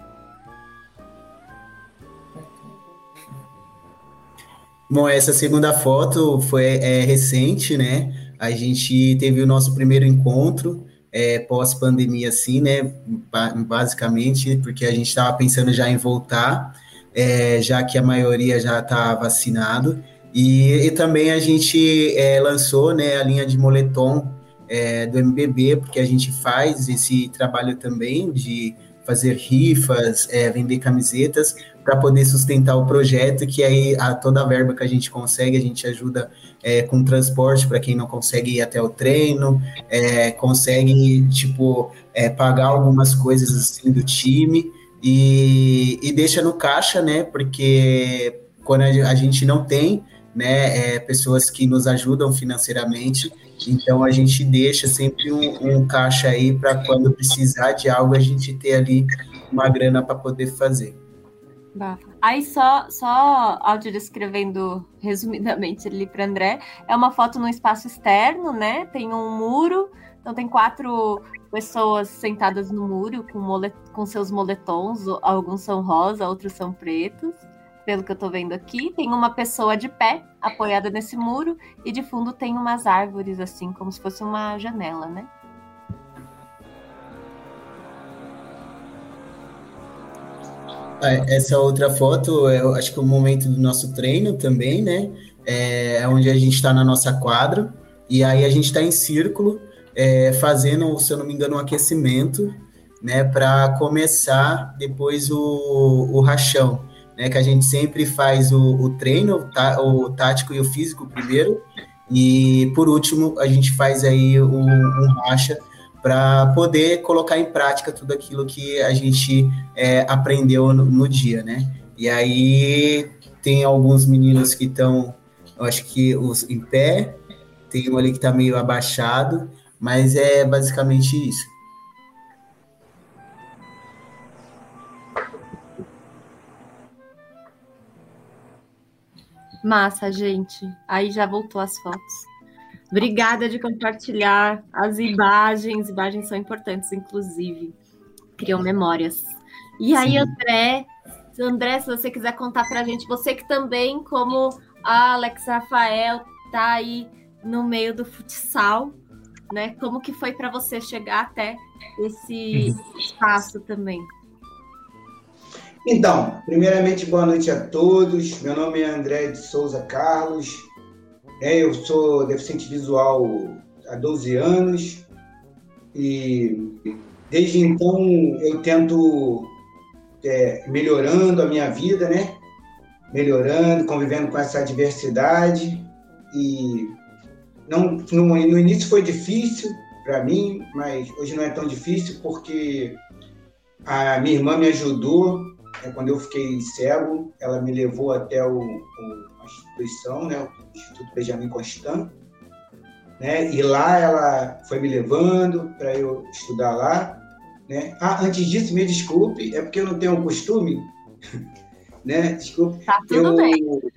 Bom, essa segunda foto foi recente, né? A gente teve o nosso primeiro encontro pós-pandemia, assim, né? Basicamente, porque a gente estava pensando já em voltar, já que a maioria já está vacinado. E também a gente lançou, né, a linha de moletom do MBB, porque a gente faz esse trabalho também de fazer rifas, vender camisetas, para poder sustentar o projeto, que aí toda a verba que a gente consegue, a gente ajuda com transporte para quem não consegue ir até o treino, consegue, tipo, pagar algumas coisas assim do time e deixa no caixa, né, porque quando a gente não tem, né, pessoas que nos ajudam financeiramente, então a gente deixa sempre um caixa aí para quando precisar de algo, a gente ter ali uma grana para poder fazer. Aí só áudio descrevendo resumidamente ali para André, é uma foto num espaço externo, né? Tem um muro, então tem 4 pessoas sentadas no muro com seus moletons, alguns são rosa, outros são pretos, pelo que eu tô vendo aqui. Tem uma pessoa de pé, apoiada nesse muro, e de fundo tem umas árvores, assim, como se fosse uma janela, né? Essa outra foto, eu acho que é o momento do nosso treino também, né? É onde a gente está na nossa quadra, e aí a gente está em círculo, fazendo, se eu não me engano, um aquecimento, né? Para começar depois o rachão, né? Que a gente sempre faz o treino, o tático e o físico primeiro, e por último a gente faz aí um racha, para poder colocar em prática tudo aquilo que a gente aprendeu no dia, né? E aí tem alguns meninos que estão, eu acho que em pé, tem um ali que está meio abaixado, mas é basicamente isso. Massa, gente. Aí já voltou as fotos. Obrigada de compartilhar as imagens. Imagens são importantes, inclusive. Criam memórias. E aí, André, se você quiser contar pra gente, você que também, como a Alex Rafael, tá aí no meio do futsal, né? Como que foi para você chegar até esse espaço também? Então, primeiramente, boa noite a todos. Meu nome é André de Souza Carlos. Eu sou deficiente visual há 12 anos e desde então eu tento melhorando a minha vida, né? Melhorando, convivendo com essa adversidade. E no início foi difícil para mim, mas hoje não é tão difícil porque a minha irmã me ajudou. Quando eu fiquei cego, ela me levou até a instituição, né, o Instituto Benjamin Constant, né, e lá ela foi me levando para eu estudar lá, né. Antes disso, me desculpe, é porque eu não tenho um costume, né, desculpe. Tá tudo bem.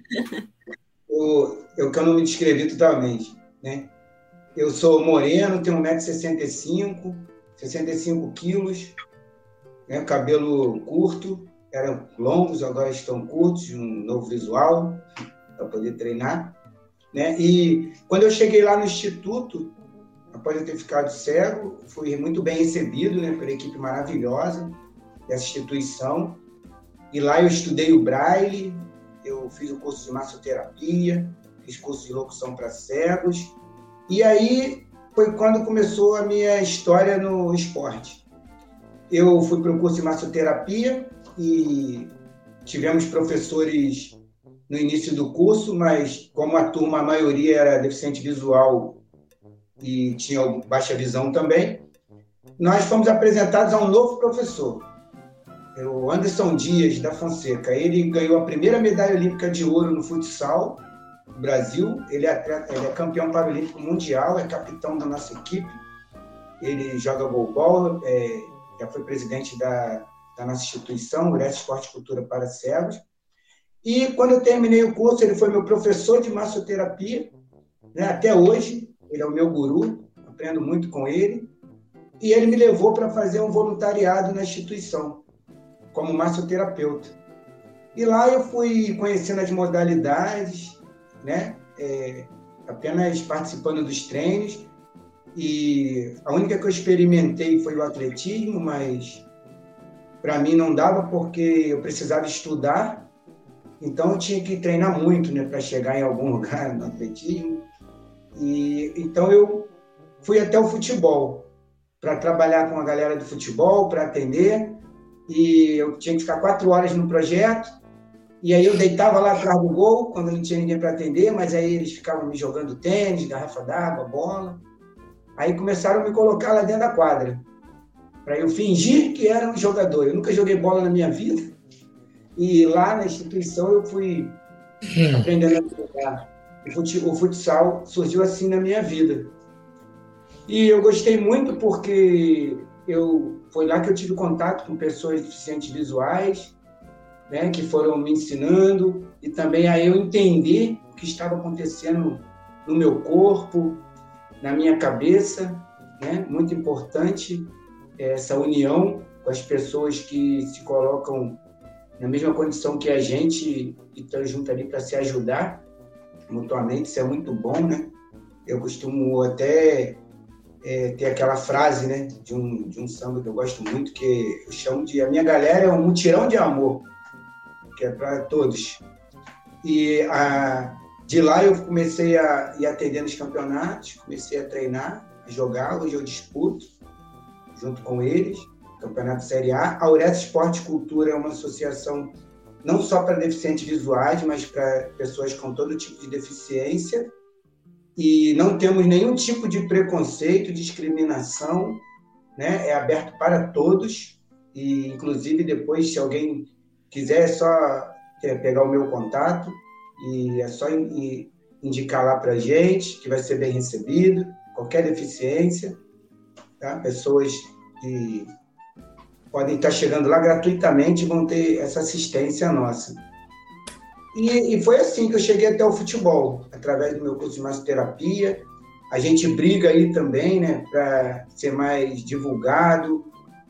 Que eu não me descrevi totalmente, né. Eu sou moreno, tenho 1,65 m, 65 quilos, né, cabelo curto, eram longos, agora estão curtos, um novo visual para poder treinar, né? E quando eu cheguei lá no instituto, após eu ter ficado cego, fui muito bem recebido, né, pela equipe maravilhosa dessa instituição. E lá eu estudei o Braille, eu fiz o curso de massoterapia, fiz curso de locução para cegos. E aí foi quando começou a minha história no esporte. Eu fui para o curso de massoterapia e tivemos professores no início do curso, mas como a turma, a maioria era deficiente visual e tinha baixa visão também, nós fomos apresentados a um novo professor, o Anderson Dias da Fonseca. Ele ganhou a primeira medalha olímpica de ouro no futsal do Brasil, ele é campeão paralímpico mundial, é capitão da nossa equipe, ele joga goalball, já foi presidente da nossa instituição, Uressa Esporte e Cultura para Cegos. E quando eu terminei o curso, ele foi meu professor de massoterapia, né? Até hoje, ele é o meu guru, aprendo muito com ele. E ele me levou para fazer um voluntariado na instituição, como massoterapeuta. E lá eu fui conhecendo as modalidades, né? Apenas participando dos treinos. E a única que eu experimentei foi o atletismo, mas para mim não dava porque eu precisava estudar, então eu tinha que treinar muito, né, para chegar em algum lugar no atletismo. E então eu fui até o futebol para trabalhar com a galera do futebol, para atender, e eu tinha que ficar 4 horas no projeto, e aí eu deitava lá atrás do gol quando não tinha ninguém para atender, mas aí eles ficavam me jogando tênis, garrafa d'água, bola. Aí começaram a me colocar lá dentro da quadra, para eu fingir que era um jogador. Eu nunca joguei bola na minha vida. E lá na instituição eu fui aprendendo a jogar. O futsal surgiu assim na minha vida. E eu gostei muito porque foi lá que eu tive contato com pessoas deficientes visuais, né, que foram me ensinando, e também aí eu entendi o que estava acontecendo no meu corpo, na minha cabeça, né? Muito importante essa união com as pessoas que se colocam na mesma condição que a gente e estão juntos ali para se ajudar mutuamente. Isso é muito bom, né? Eu costumo até ter aquela frase, né, de um samba que eu gosto muito, que eu chamo de: a minha galera é um mutirão de amor, que é para todos. E de lá eu comecei a ir atendendo os campeonatos, comecei a treinar, a jogar. Hoje eu disputo junto com eles, campeonato Série A. A Uressa Esporte e Cultura é uma associação não só para deficientes visuais, mas para pessoas com todo tipo de deficiência. E não temos nenhum tipo de preconceito, discriminação, né? É aberto para todos. E, inclusive, depois, se alguém quiser, é só pegar o meu contato e é só indicar lá para a gente, que vai ser bem recebido, qualquer deficiência, tá? Pessoas que podem estar chegando lá gratuitamente e vão ter essa assistência nossa. E foi assim que eu cheguei até o futebol, através do meu curso de massoterapia. A gente briga aí também, né, para ser mais divulgado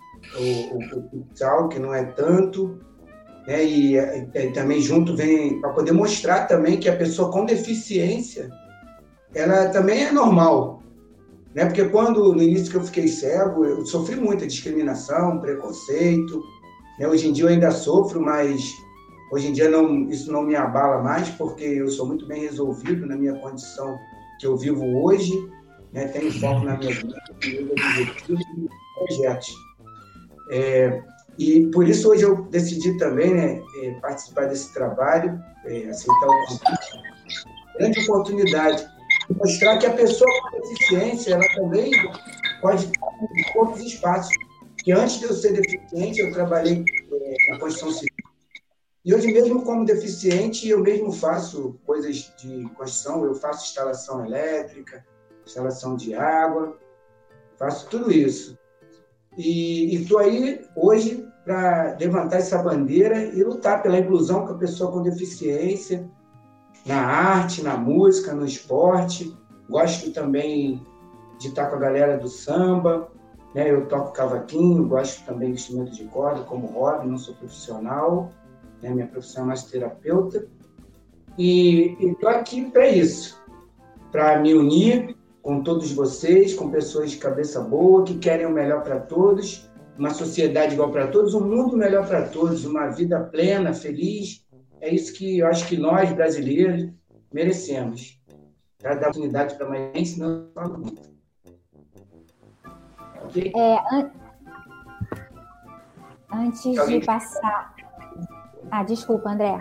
o futsal, que não é tanto, né, e também junto vem para poder mostrar também que a pessoa com deficiência ela também é normal, né? Porque quando, no início que eu fiquei cego, eu sofri muita discriminação, preconceito, né? Hoje em dia eu ainda sofro, mas hoje em dia isso não me abala mais, porque eu sou muito bem resolvido na minha condição que eu vivo hoje, né? Tenho foco na minha vida, meus objetivos e projetos. E por isso hoje eu decidi também, né, participar desse trabalho, aceitar o convite. Grande oportunidade de mostrar que a pessoa com deficiência ela também pode estar em poucos espaços. Que antes de eu ser deficiente, eu trabalhei na construção civil. E hoje mesmo como deficiente, eu mesmo faço coisas de construção, eu faço instalação elétrica, instalação de água, faço tudo isso. E estou aí hoje para levantar essa bandeira e lutar pela inclusão com a pessoa com deficiência, na arte, na música, no esporte. Gosto também de estar com a galera do samba, né? Eu toco cavaquinho, gosto também de instrumento de corda como hobby, não sou profissional, né? Minha profissão é massoterapeuta. E estou aqui para isso, para me unir com todos vocês, com pessoas de cabeça boa, que querem o melhor para todos, uma sociedade igual para todos, um mundo melhor para todos, uma vida plena, feliz. É isso que eu acho que nós, brasileiros, merecemos. Para dar oportunidade para mais gente, senão eu falo muito. Okay? Antes de passar... desculpa, André.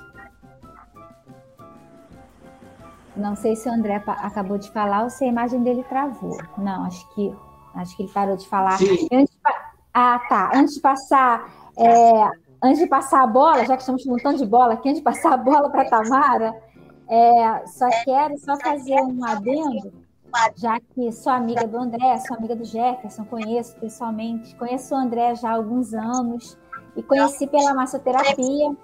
Não sei se o André acabou de falar ou se a imagem dele travou. Não, acho que ele parou de falar. Antes de passar a bola, já que estamos com um montão de bola aqui, antes de passar a bola para a Tamara, só quero fazer um adendo, já que sou amiga do André, sou amiga do Jefferson, conheço pessoalmente, conheço o André já há alguns anos e conheci pela massoterapia.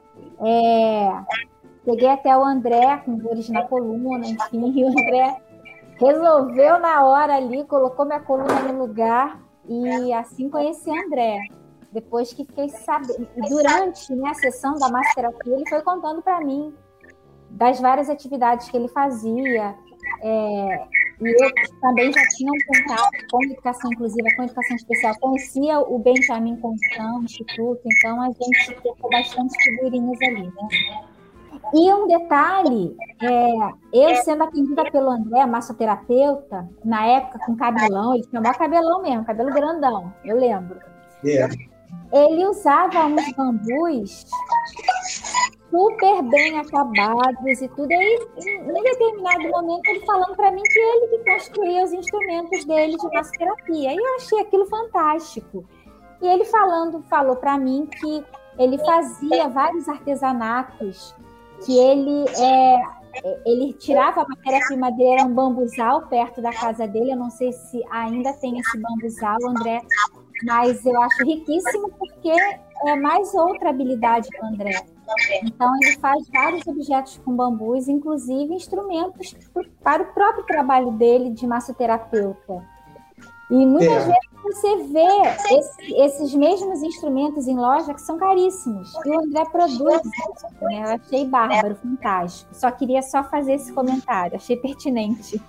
Peguei até o André com dores na coluna, enfim, e o André resolveu na hora ali, colocou minha coluna no lugar e assim conheci o André. Depois que fiquei sabendo, durante a sessão da massoterapia, ele foi contando para mim das várias atividades que ele fazia. E eu também já tinha um contato com educação inclusiva, com educação especial. Conhecia o Benjamin Constant, Instituto, então a gente trocou bastante figurinhas ali, né? E um detalhe, eu sendo atendida pelo André, massoterapeuta, na época com cabelão, ele tinha um cabelão mesmo, cabelo grandão, eu lembro. Ele usava uns bambus super bem acabados e tudo. Aí, em determinado momento, ele falando para mim que ele que construía os instrumentos dele de massoterapia. E eu achei aquilo fantástico. E ele falou para mim que ele fazia vários artesanatos, que ele tirava a matéria-prima dele, era um bambuzal perto da casa dele. Eu não sei se ainda tem esse bambuzal, André, mas eu acho riquíssimo porque é mais outra habilidade do André. Então, ele faz vários objetos com bambus, inclusive instrumentos para o próprio trabalho dele de massoterapeuta. E muitas vezes você vê esses mesmos instrumentos em loja que são caríssimos. E o André produz isso, né? Eu achei bárbaro, fantástico. Só queria fazer esse comentário, achei pertinente.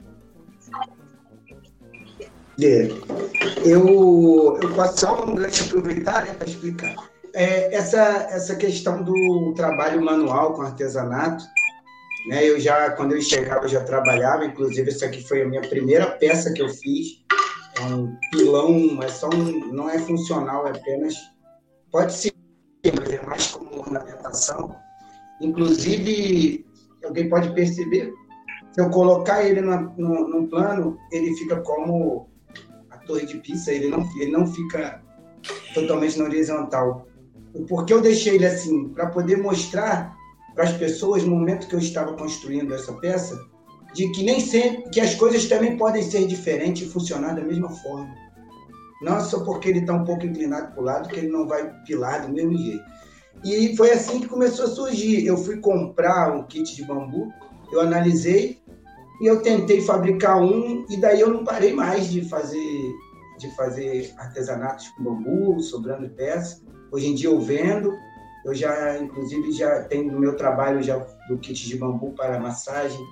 Eu posso só aproveitar para explicar. Essa questão do trabalho manual com artesanato, né? Quando eu chegava, eu já trabalhava. Inclusive, essa aqui foi a minha primeira peça que eu fiz. É um pilão, mas não é funcional, é apenas... Pode ser, mas é mais como ornamentação. Inclusive, alguém pode perceber, se eu colocar ele num plano, ele fica como a torre de Pisa, ele não fica totalmente na horizontal. Por que eu deixei ele assim? Para poder mostrar para as pessoas, no momento que eu estava construindo essa peça, de que nem sempre, que as coisas também podem ser diferentes e funcionar da mesma forma. Não é só porque ele está um pouco inclinado para o lado que ele não vai pilar do mesmo jeito. E foi assim que começou a surgir. Eu fui comprar um kit de bambu, eu analisei e eu tentei fabricar um, e daí eu não parei mais de fazer artesanatos com bambu, sobrando peça. Hoje em dia eu vendo, inclusive já tenho no meu trabalho já do kit de bambu para massagem,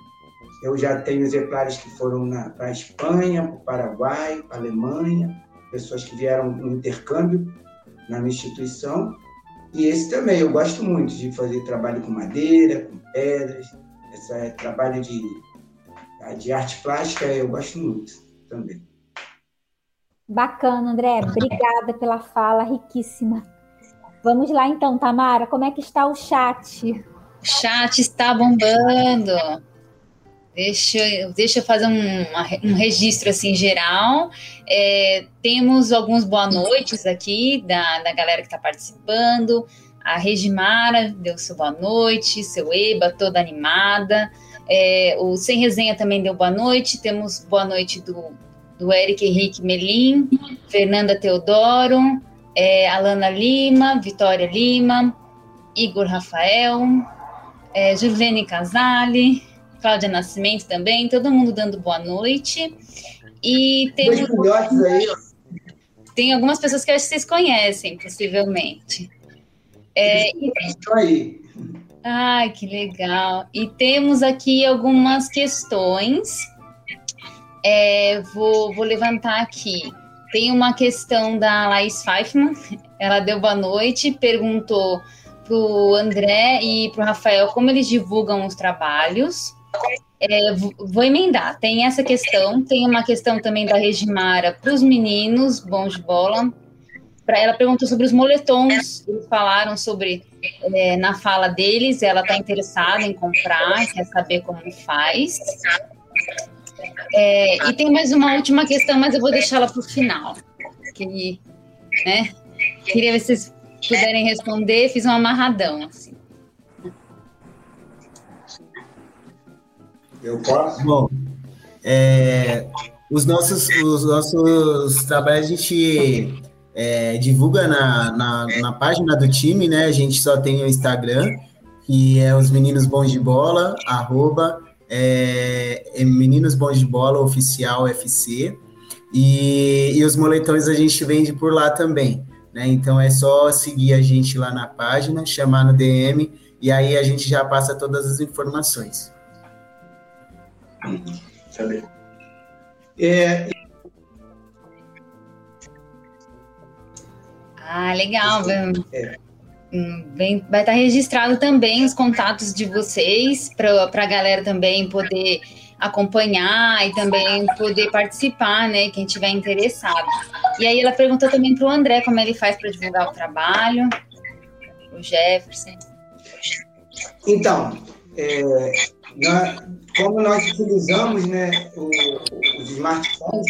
Eu já tenho exemplares que foram para a Espanha, para o Paraguai, para a Alemanha, pessoas que vieram no intercâmbio na minha instituição. E esse também, eu gosto muito de fazer trabalho com madeira, com pedras, esse trabalho de arte plástica eu gosto muito também. Bacana, André. Obrigada pela fala riquíssima. Vamos lá então, Tamara, como é que está o chat? O chat está bombando. Deixa eu fazer um registro assim geral. Temos alguns boa noites aqui da galera que está participando. A Regimara deu seu boa noite, seu Eba, toda animada. O Sem Resenha também deu boa noite. Temos boa noite do Eric Henrique Melim, Fernanda Teodoro, Alana Lima, Vitória Lima, Igor Rafael, Juliane Casale, Cláudia Nascimento também, todo mundo dando boa noite. E tem algumas pessoas que eu acho que vocês conhecem, possivelmente. Estou aí. Ai, que legal. E temos aqui algumas questões. Vou levantar aqui. Tem uma questão da Laís Pfeifman. Ela deu boa noite, perguntou para o André e para o Rafael como eles divulgam os trabalhos. Vou emendar. Tem essa questão. Tem uma questão também da Regimara para os meninos bons de bola. Ela perguntou sobre os moletons. Eles falaram sobre, na fala deles, ela está interessada em comprar, quer saber como faz. E tem mais uma última questão, mas eu vou deixá-la para o final. Queria ver se vocês puderem responder. Fiz um amarradão. Assim. Eu posso? Bom, os nossos trabalhos a gente divulga na página do time, né? A gente só tem o Instagram, que é os Meninos Bons de Bola, Meninos Bons de Bola Oficial FC, e os moletões a gente vende por lá também, né? Então é só seguir a gente lá na página, chamar no DM, e aí a gente já passa todas as informações. Sabe? Legal. Vai estar registrado também os contatos de vocês para a galera também poder acompanhar e também poder participar, né? Quem tiver interessado. E aí ela perguntou também para o André como ele faz para divulgar o trabalho, o Jefferson. Então, como nós utilizamos, né, os smartphones,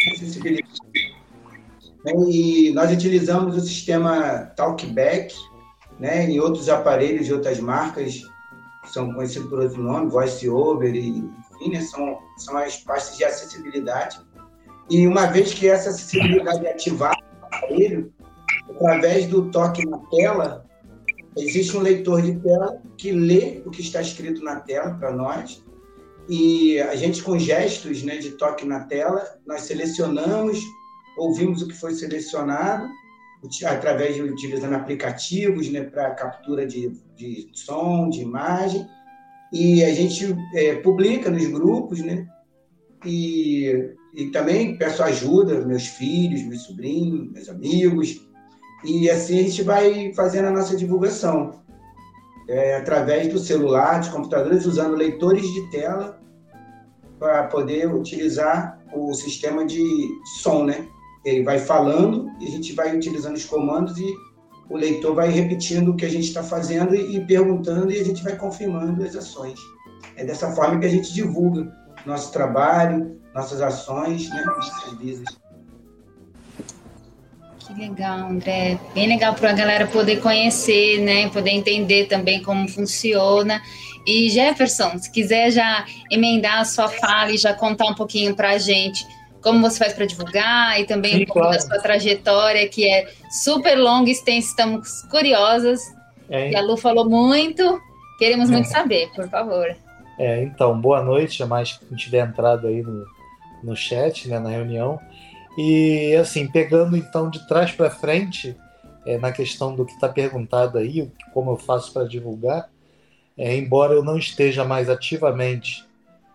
e nós utilizamos o sistema Talkback, né, e outros aparelhos de outras marcas, que são conhecidos por outro nome, VoiceOver, enfim, né, são as pastas de acessibilidade. E uma vez que essa acessibilidade é ativada no aparelho, através do toque na tela, existe um leitor de tela que lê o que está escrito na tela para nós, e a gente, com gestos, né, de toque na tela, nós selecionamos, ouvimos o que foi selecionado, utilizando aplicativos, né, para captura de som, de imagem, e a gente publica nos grupos, né, e também peço ajuda, meus filhos, meus sobrinhos, meus amigos, e assim a gente vai fazendo a nossa divulgação, através do celular, de computadores, usando leitores de tela para poder utilizar o sistema de som, né? Ele vai falando e a gente vai utilizando os comandos e o leitor vai repetindo o que a gente está fazendo e perguntando, e a gente vai confirmando as ações. É dessa forma que a gente divulga nosso trabalho, nossas ações, né, nossas visas. Que legal, André. Bem legal para a galera poder conhecer, né, poder entender também como funciona. E Jefferson, se quiser já emendar a sua fala e já contar um pouquinho para a gente como você faz para divulgar e também Sim, um pouco da sua trajetória, que é super longa e extensa, estamos curiosas. E a Lu falou muito, queremos muito saber, por favor. Então, boa noite a mais quem tiver entrado aí no chat, né, na reunião. E, assim, pegando então de trás para frente, na questão do que está perguntado aí, como eu faço para divulgar, embora eu não esteja mais ativamente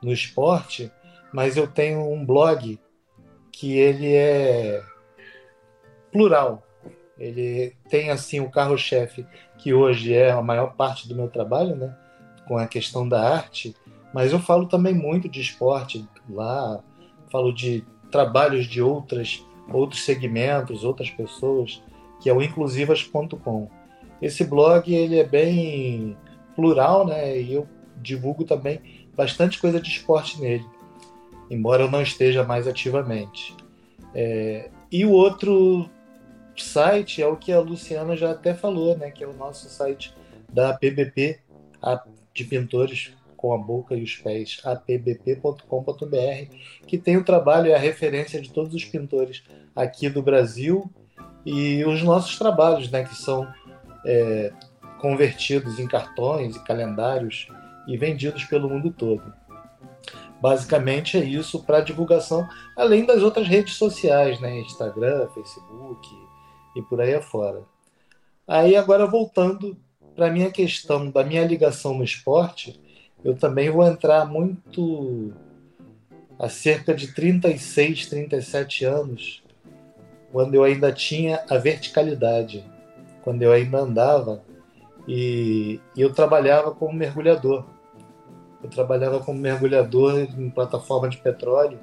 no esporte, mas eu tenho um blog que ele é plural. Ele tem assim o carro-chefe, que hoje é a maior parte do meu trabalho, né, com a questão da arte, mas eu falo também muito de esporte lá, falo de trabalhos de outros segmentos, outras pessoas, que é o inclusivas.com. Esse blog ele é bem plural, né, e eu divulgo também bastante coisa de esporte nele, embora eu não esteja mais ativamente. E o outro site é o que a Luciana já até falou, né, que é o nosso site da APBP, de pintores com a boca e os pés, apbp.com.br, que tem o trabalho e a referência de todos os pintores aqui do Brasil e os nossos trabalhos, né, que são convertidos em cartões e calendários e vendidos pelo mundo todo. Basicamente é isso para divulgação, além das outras redes sociais, né, Instagram, Facebook e por aí afora. Aí agora voltando para a minha questão da minha ligação no esporte, eu também vou entrar muito há cerca de 36, 37 anos, quando eu ainda tinha a verticalidade, quando eu ainda andava e eu trabalhava como mergulhador. Eu trabalhava como mergulhador em plataforma de petróleo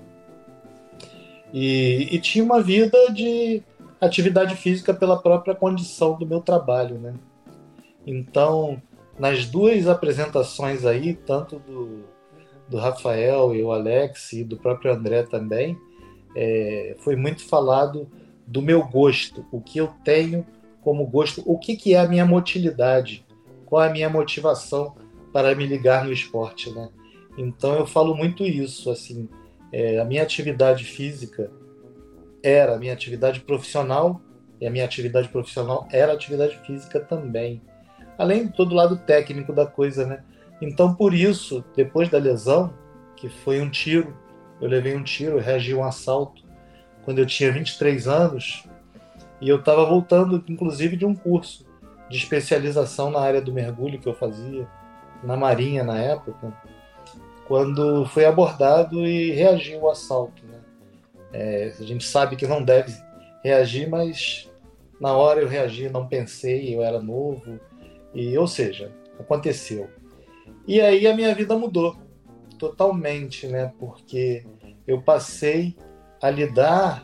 e tinha uma vida de atividade física pela própria condição do meu trabalho, né? Então, nas duas apresentações aí, tanto do Rafael e o Alex e do próprio André também, foi muito falado do meu gosto, o que eu tenho como gosto, o que é a minha motilidade, qual é a minha motivação para me ligar no esporte, né? Então eu falo muito isso, assim, a minha atividade física era a minha atividade profissional e a minha atividade profissional era a atividade física também, além de todo o lado técnico da coisa, né? Então por isso, depois da lesão, que foi um tiro, eu levei um tiro, eu reagi a um assalto quando eu tinha 23 anos e eu estava voltando, inclusive, de um curso de especialização na área do mergulho que eu fazia na Marinha na época, quando foi abordado e reagi ao assalto, né? A gente sabe que não deve reagir, mas na hora eu reagi, não pensei, eu era novo, ou seja, aconteceu. E aí a minha vida mudou totalmente, né? Porque eu passei a lidar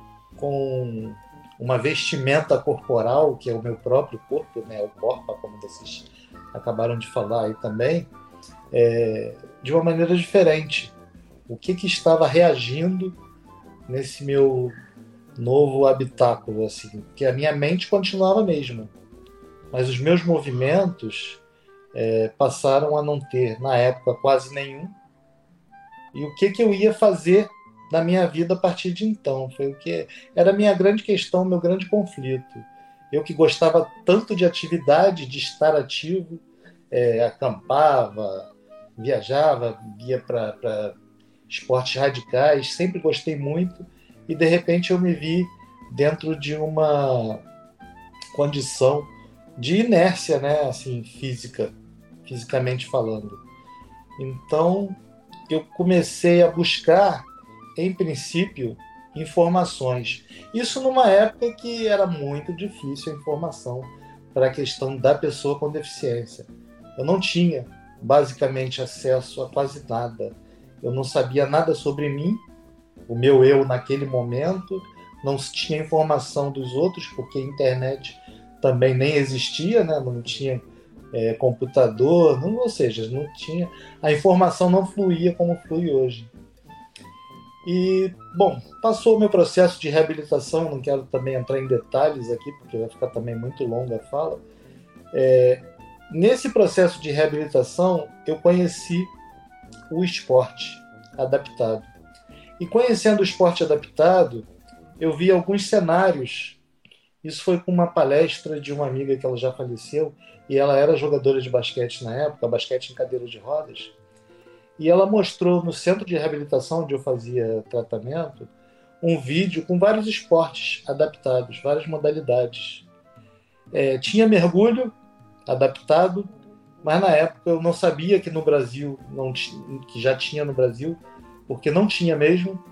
com uma vestimenta corporal, que é o meu próprio corpo, né? O corpo, como vocês acabaram de falar aí também, de uma maneira diferente. O que estava reagindo nesse meu novo habitáculo, assim? Porque a minha mente continuava a mesma, mas os meus movimentos passaram a não ter, na época, quase nenhum. E o que eu ia fazer na minha vida a partir de então? Foi o que era a minha grande questão, meu grande conflito. Eu que gostava tanto de atividade, de estar ativo, acampava, viajava, ia para esportes radicais, sempre gostei muito, e de repente eu me vi dentro de uma condição de inércia, né, assim, fisicamente falando. Então eu comecei a buscar, em princípio, informações. Isso numa época que era muito difícil a informação para a questão da pessoa com deficiência. Eu não tinha, basicamente, acesso a quase nada. Eu não sabia nada sobre mim, o meu eu naquele momento, não tinha informação dos outros, porque a internet também nem existia, né? Não tinha computador, ou seja, não tinha, a informação não fluía como flui hoje. E, bom, passou o meu processo de reabilitação, não quero também entrar em detalhes aqui, porque vai ficar também muito longa a fala. Nesse processo de reabilitação, eu conheci o esporte adaptado. E conhecendo o esporte adaptado, eu vi alguns cenários. Isso foi com uma palestra de uma amiga que ela já faleceu, e ela era jogadora de basquete na época, basquete em cadeira de rodas, e ela mostrou no centro de reabilitação, onde eu fazia tratamento, um vídeo com vários esportes adaptados, várias modalidades. Tinha mergulho adaptado, mas na época eu não sabia que no Brasil, que já tinha no Brasil, porque não tinha mesmo.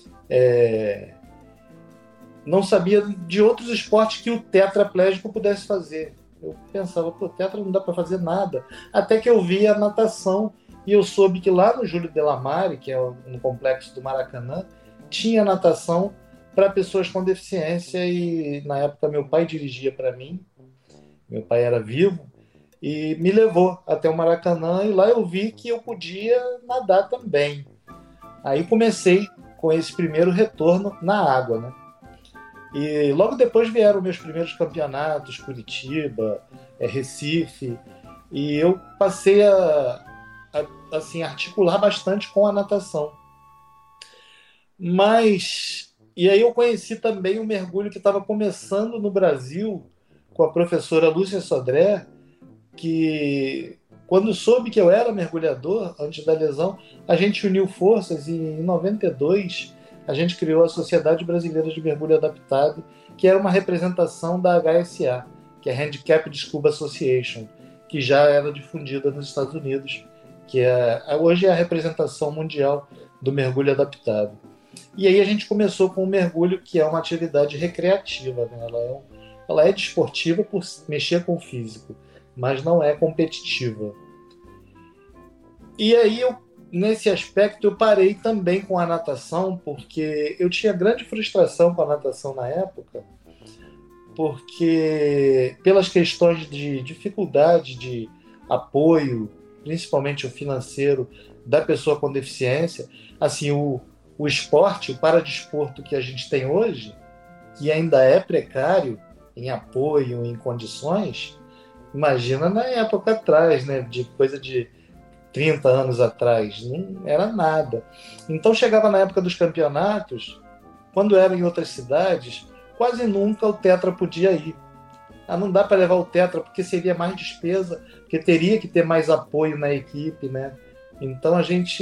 Não sabia de outros esportes que o tetraplégico pudesse fazer. Eu pensava, tetra não dá para fazer nada. Até que eu vi a natação e eu soube que lá no Júlio Delamare, que é no complexo do Maracanã, tinha natação para pessoas com deficiência e na época meu pai dirigia para mim, meu pai era vivo, e me levou até o Maracanã e lá eu vi que eu podia nadar também. Aí comecei com esse primeiro retorno na água, né? E logo depois vieram meus primeiros campeonatos, Curitiba, Recife, e eu passei a assim, articular bastante com a natação. E aí eu conheci também o mergulho que estava começando no Brasil com a professora Lúcia Sodré, que quando soube que eu era mergulhador, antes da lesão, a gente uniu forças e em 92 a gente criou a Sociedade Brasileira de Mergulho Adaptado, que era uma representação da HSA, que é Handicapped Scuba Association, que já era difundida nos Estados Unidos, que hoje é a representação mundial do mergulho adaptado. E aí a gente começou com o mergulho, que é uma atividade recreativa, né? Ela é desportiva por mexer com o físico, mas não é competitiva. E aí, nesse aspecto, eu parei também com a natação, porque eu tinha grande frustração com a natação na época, porque pelas questões de dificuldade de apoio, principalmente o financeiro, da pessoa com deficiência, assim, o esporte, o paradesporto que a gente tem hoje, que ainda é precário em apoio, em condições, imagina na época atrás, né, de coisa de 30 anos atrás, não era nada. Então chegava na época dos campeonatos, quando era em outras cidades, quase nunca o tetra podia ir. Não dá para levar o tetra porque seria mais despesa, porque teria que ter mais apoio na equipe, né? Então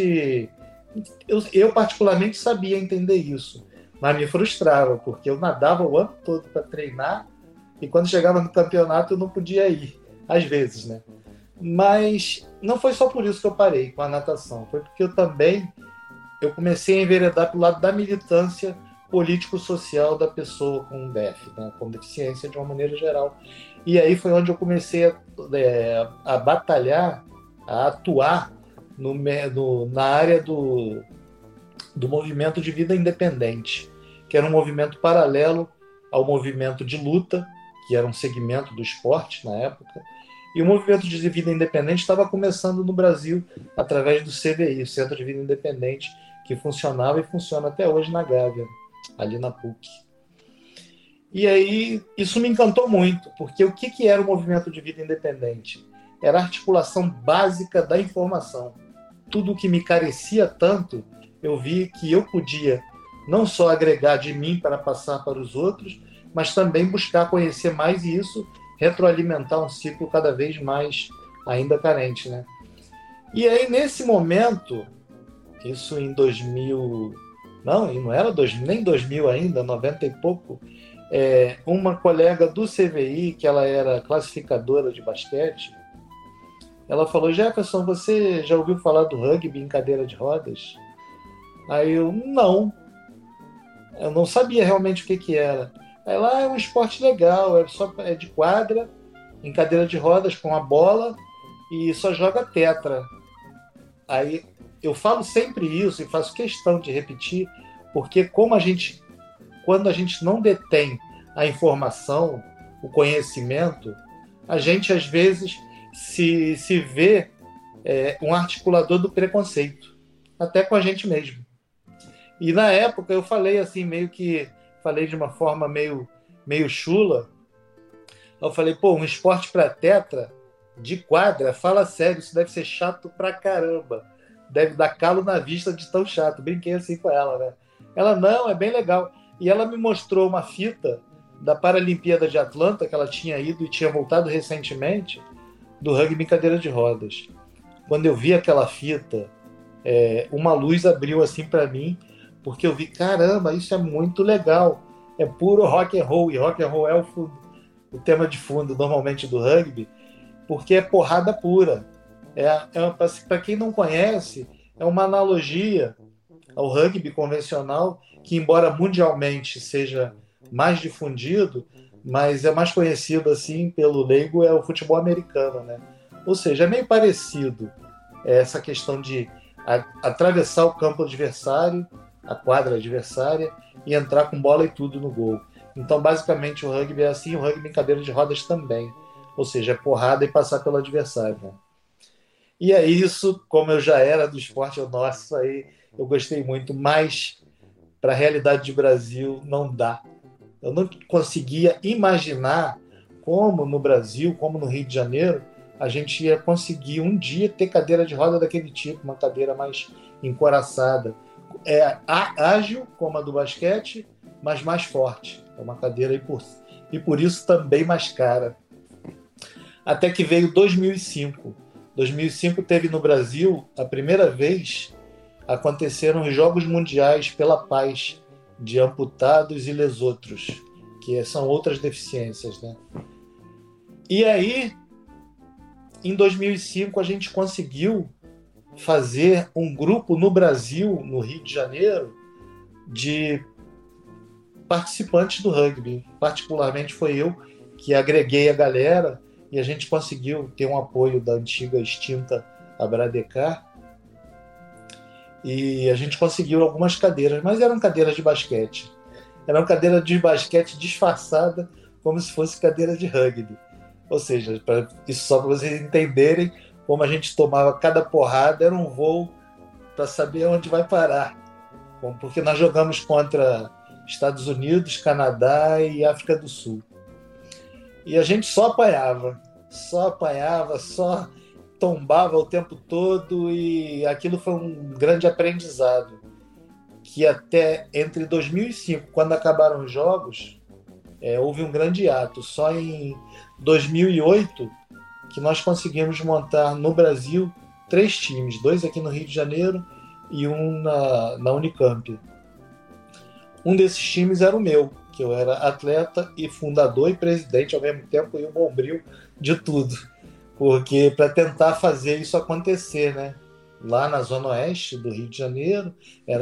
eu particularmente sabia entender isso, mas me frustrava, porque eu nadava o ano todo para treinar e quando chegava no campeonato eu não podia ir, às vezes, né? Mas não foi só por isso que eu parei com a natação, foi porque eu comecei a enveredar para o lado da militância político-social da pessoa com DEF, né, com deficiência de uma maneira geral. E aí foi onde eu comecei a batalhar, a atuar na área do movimento de vida independente, que era um movimento paralelo ao movimento de luta, que era um segmento do esporte na época. E o movimento de vida independente estava começando no Brasil através do CVI, o Centro de Vida Independente, que funcionava e funciona até hoje na Gávea, ali na PUC. E aí isso me encantou muito, porque o que era o movimento de vida independente? Era a articulação básica da informação. Tudo que me carecia tanto, eu vi que eu podia não só agregar de mim para passar para os outros, mas também buscar conhecer mais e isso retroalimentar um ciclo cada vez mais ainda carente, né? E aí, nesse momento, isso em 2000... não era 2000, nem 2000 ainda, 90 e pouco, uma colega do CVI, que ela era classificadora de basquete, ela falou: Jefferson, você já ouviu falar do rugby em cadeira de rodas? Aí eu não sabia realmente o que era. Aí lá é um esporte legal, é de quadra, em cadeira de rodas, com a bola, e só joga tetra. Aí eu falo sempre isso e faço questão de repetir, porque quando a gente não detém a informação, o conhecimento, a gente às vezes se vê um articulador do preconceito, até com a gente mesmo. E na época eu falei assim, falei de uma forma meio chula. Eu falei, um esporte para tetra de quadra, fala sério, isso deve ser chato pra caramba. Deve dar calo na vista de tão chato. Brinquei assim com ela, né? Ela, não, é bem legal. E ela me mostrou uma fita da Paralimpíada de Atlanta, que ela tinha ido e tinha voltado recentemente, do rugby em cadeira de rodas. Quando eu vi aquela fita, uma luz abriu assim para mim, porque eu vi, caramba, isso é muito legal. É puro rock and roll, e rock and roll é o tema de fundo normalmente do rugby. porque é porrada pura. Para quem não conhece, é uma analogia ao rugby convencional, que embora mundialmente seja mais difundido, mas é mais conhecido assim pelo leigo, é o futebol americano, né? Ou seja, é meio parecido essa questão de atravessar o campo adversário, a quadra adversária, e entrar com bola e tudo no gol. Então, basicamente, o rugby é assim, o rugby em cadeira de rodas também. Ou seja, é porrada e passar pelo adversário, né? E é isso, como eu já era do esporte, nossa, aí eu gostei muito, mas para a realidade de Brasil não dá. Eu não conseguia imaginar como no Brasil, como no Rio de Janeiro, a gente ia conseguir um dia ter cadeira de roda daquele tipo, uma cadeira mais encoraçada. Ágil, como a do basquete, mas mais forte. É uma cadeira e por isso também mais cara. Até que veio 2005. 2005 teve no Brasil, a primeira vez, aconteceram os Jogos Mundiais pela Paz de amputados e lesotros, que são outras deficiências, né? E aí, em 2005, a gente conseguiu fazer um grupo no Brasil, no Rio de Janeiro, de participantes do rugby. Particularmente foi eu que agreguei a galera e a gente conseguiu ter um apoio da antiga extinta Abradecar. E a gente conseguiu algumas cadeiras, mas eram cadeiras de basquete. Eram cadeiras de basquete disfarçada como se fosse cadeira de rugby. Ou seja, isso só para vocês entenderem como a gente tomava cada porrada, era um voo para saber onde vai parar. Porque nós jogamos contra Estados Unidos, Canadá e África do Sul. E a gente só apanhava, só tombava o tempo todo, e aquilo foi um grande aprendizado. Que até entre 2005, quando acabaram os jogos, houve um grande ato. Só em 2008 que nós conseguimos montar no Brasil 3 times, 2 aqui no Rio de Janeiro e um na Unicamp. Um desses times era o meu, que eu era atleta e fundador e presidente ao mesmo tempo, e o bombril de tudo. Porque para tentar fazer isso acontecer, né? Lá na Zona Oeste do Rio de Janeiro,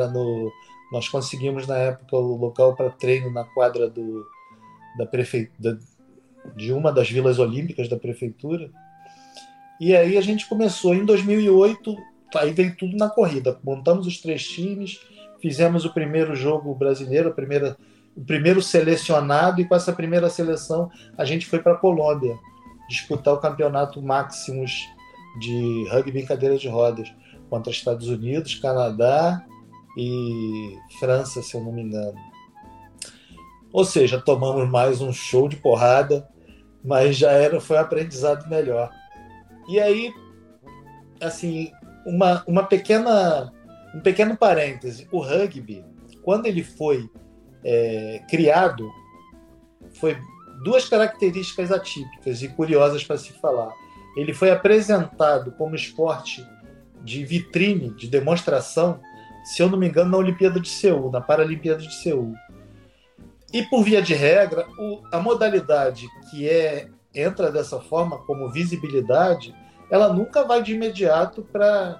nós conseguimos na época o local para treino na quadra da prefeitura, de uma das vilas olímpicas da prefeitura. E aí a gente começou em 2008, aí veio tudo na corrida. Montamos os 3 times, fizemos o primeiro jogo brasileiro, o primeiro selecionado, e com essa primeira seleção a gente foi para a Colômbia disputar o campeonato Maximus de rugby em cadeira de rodas contra Estados Unidos, Canadá e França, se eu não me engano. Ou seja, tomamos mais um show de porrada, mas foi um aprendizado melhor. E aí, assim, um pequeno parêntese. O rugby, quando ele foi criado, foi 2 características atípicas e curiosas para se falar. Ele foi apresentado como esporte de vitrine, de demonstração, se eu não me engano, na Olimpíada de Seul, na Paralimpíada de Seul. E, por via de regra, a modalidade que entra dessa forma, como visibilidade, ela nunca vai de imediato para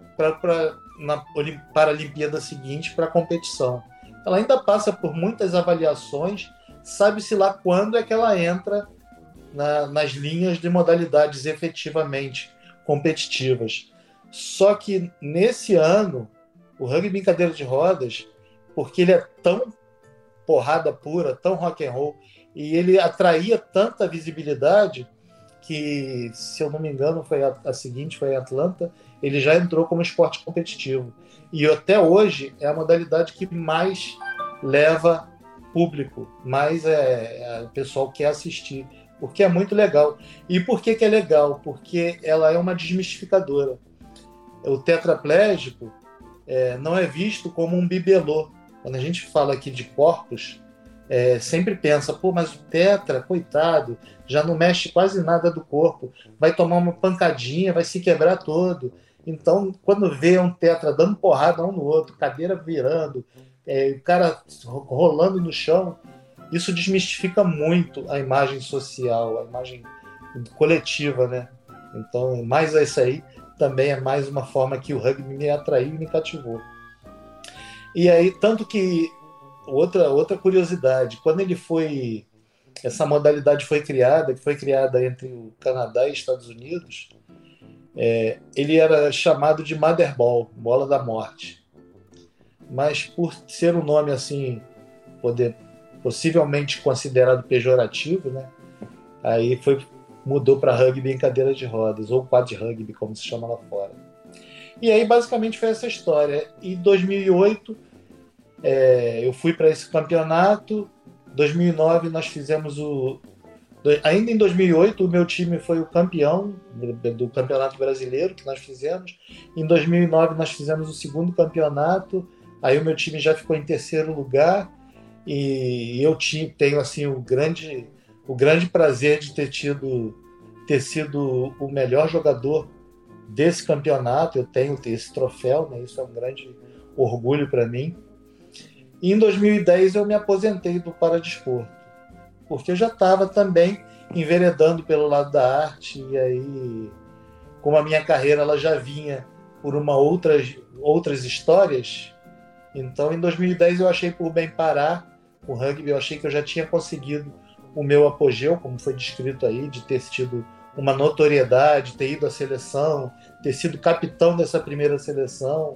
na Paralimpíada seguinte para a competição. Ela ainda passa por muitas avaliações, sabe-se lá quando é que ela entra nas linhas de modalidades efetivamente competitivas. Só que, nesse ano, o rugby em cadeira de rodas, porque ele é tão porrada pura, tão rock and roll, e ele atraía tanta visibilidade que, se eu não me engano, a seguinte foi em Atlanta, ele já entrou como esporte competitivo. E até hoje é a modalidade que mais leva público, mais o pessoal quer assistir, porque é muito legal. E por que é legal? Porque ela é uma desmistificadora. O tetraplégico não é visto como um bibelô. Quando a gente fala aqui de corpos, sempre pensa, mas o tetra, coitado, já não mexe quase nada do corpo, vai tomar uma pancadinha, vai se quebrar todo. Então, quando vê um tetra dando porrada um no outro, cadeira virando, o cara rolando no chão, isso desmistifica muito a imagem social, a imagem coletiva, né? Então, mais essa aí também é mais uma forma que o rugby me atraiu e me cativou. E aí, tanto que, outra curiosidade, quando essa modalidade foi criada entre o Canadá e Estados Unidos, ele era chamado de Mother Ball, bola da morte. Mas por ser um nome assim, possivelmente considerado pejorativo, né? Aí mudou para rugby em cadeira de rodas, ou quad rugby, como se chama lá fora. E aí basicamente foi essa história. Em 2008 eu fui para esse campeonato. 2009 nós fizemos ainda em 2008 o meu time foi o campeão do campeonato brasileiro que nós fizemos. Em 2009 nós fizemos o segundo campeonato. Aí o meu time já ficou em terceiro lugar e eu tenho assim o grande prazer de ter sido o melhor jogador desse campeonato. Eu tenho esse troféu, né? Isso é um grande orgulho para mim. E em 2010 eu me aposentei do paradesporto, porque eu já estava também enveredando pelo lado da arte, e aí, como a minha carreira ela já vinha por outras histórias, então em 2010 eu achei por bem parar o rugby. Eu achei que eu já tinha conseguido o meu apogeu, como foi descrito aí, de ter tido uma notoriedade, ter ido à seleção, ter sido capitão dessa primeira seleção,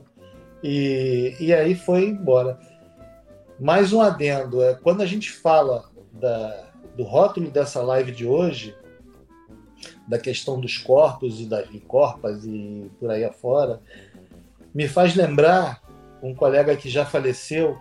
e aí foi embora. Mais um adendo, quando a gente fala do rótulo dessa live de hoje, da questão dos corpos e das corpas e por aí afora, me faz lembrar um colega que já faleceu,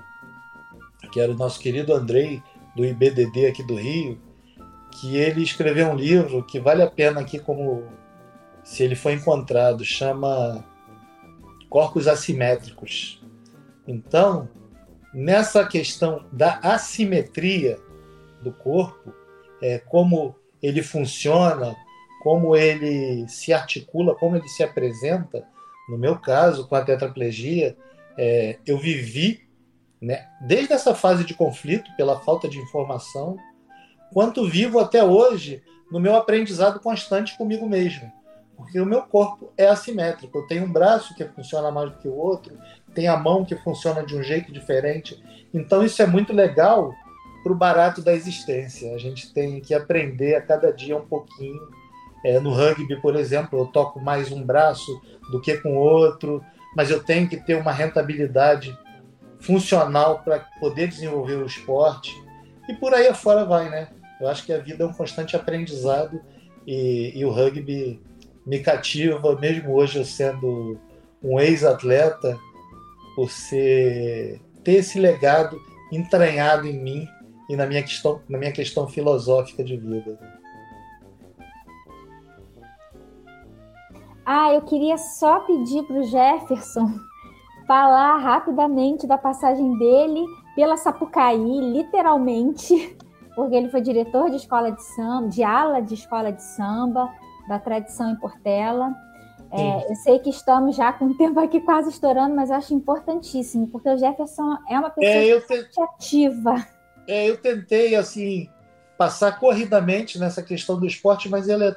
que era o nosso querido Andrei, do IBDD aqui do Rio, que ele escreveu um livro que vale a pena aqui, como se ele for encontrado, chama Corpos Assimétricos. Então, nessa questão da assimetria do corpo, como ele funciona, como ele se articula, como ele se apresenta, no meu caso, com a tetraplegia, eu vivi, né, desde essa fase de conflito, pela falta de informação, quanto vivo até hoje no meu aprendizado constante comigo mesmo. Porque o meu corpo é assimétrico. Eu tenho um braço que funciona mais do que o outro, tenho a mão que funciona de um jeito diferente. Então isso é muito legal para o barato da existência. A gente tem que aprender a cada dia um pouquinho. No rugby, por exemplo, eu toco mais um braço do que com o outro, mas eu tenho que ter uma rentabilidade funcional para poder desenvolver o esporte. E por aí afora vai, né? Eu acho que a vida é um constante aprendizado e o rugby me cativa, mesmo hoje eu sendo um ex-atleta, por ter esse legado entranhado em mim e na minha questão filosófica de vida. Eu queria só pedir para o Jefferson falar rapidamente da passagem dele pela Sapucaí, literalmente, porque ele foi diretor de escola de samba, de ala de escola de samba, da tradição em Portela. Eu sei que estamos já com o tempo aqui quase estourando, mas eu acho importantíssimo, porque o Jefferson é uma pessoa ativa. Eu tentei assim, passar corridamente nessa questão do esporte, mas ele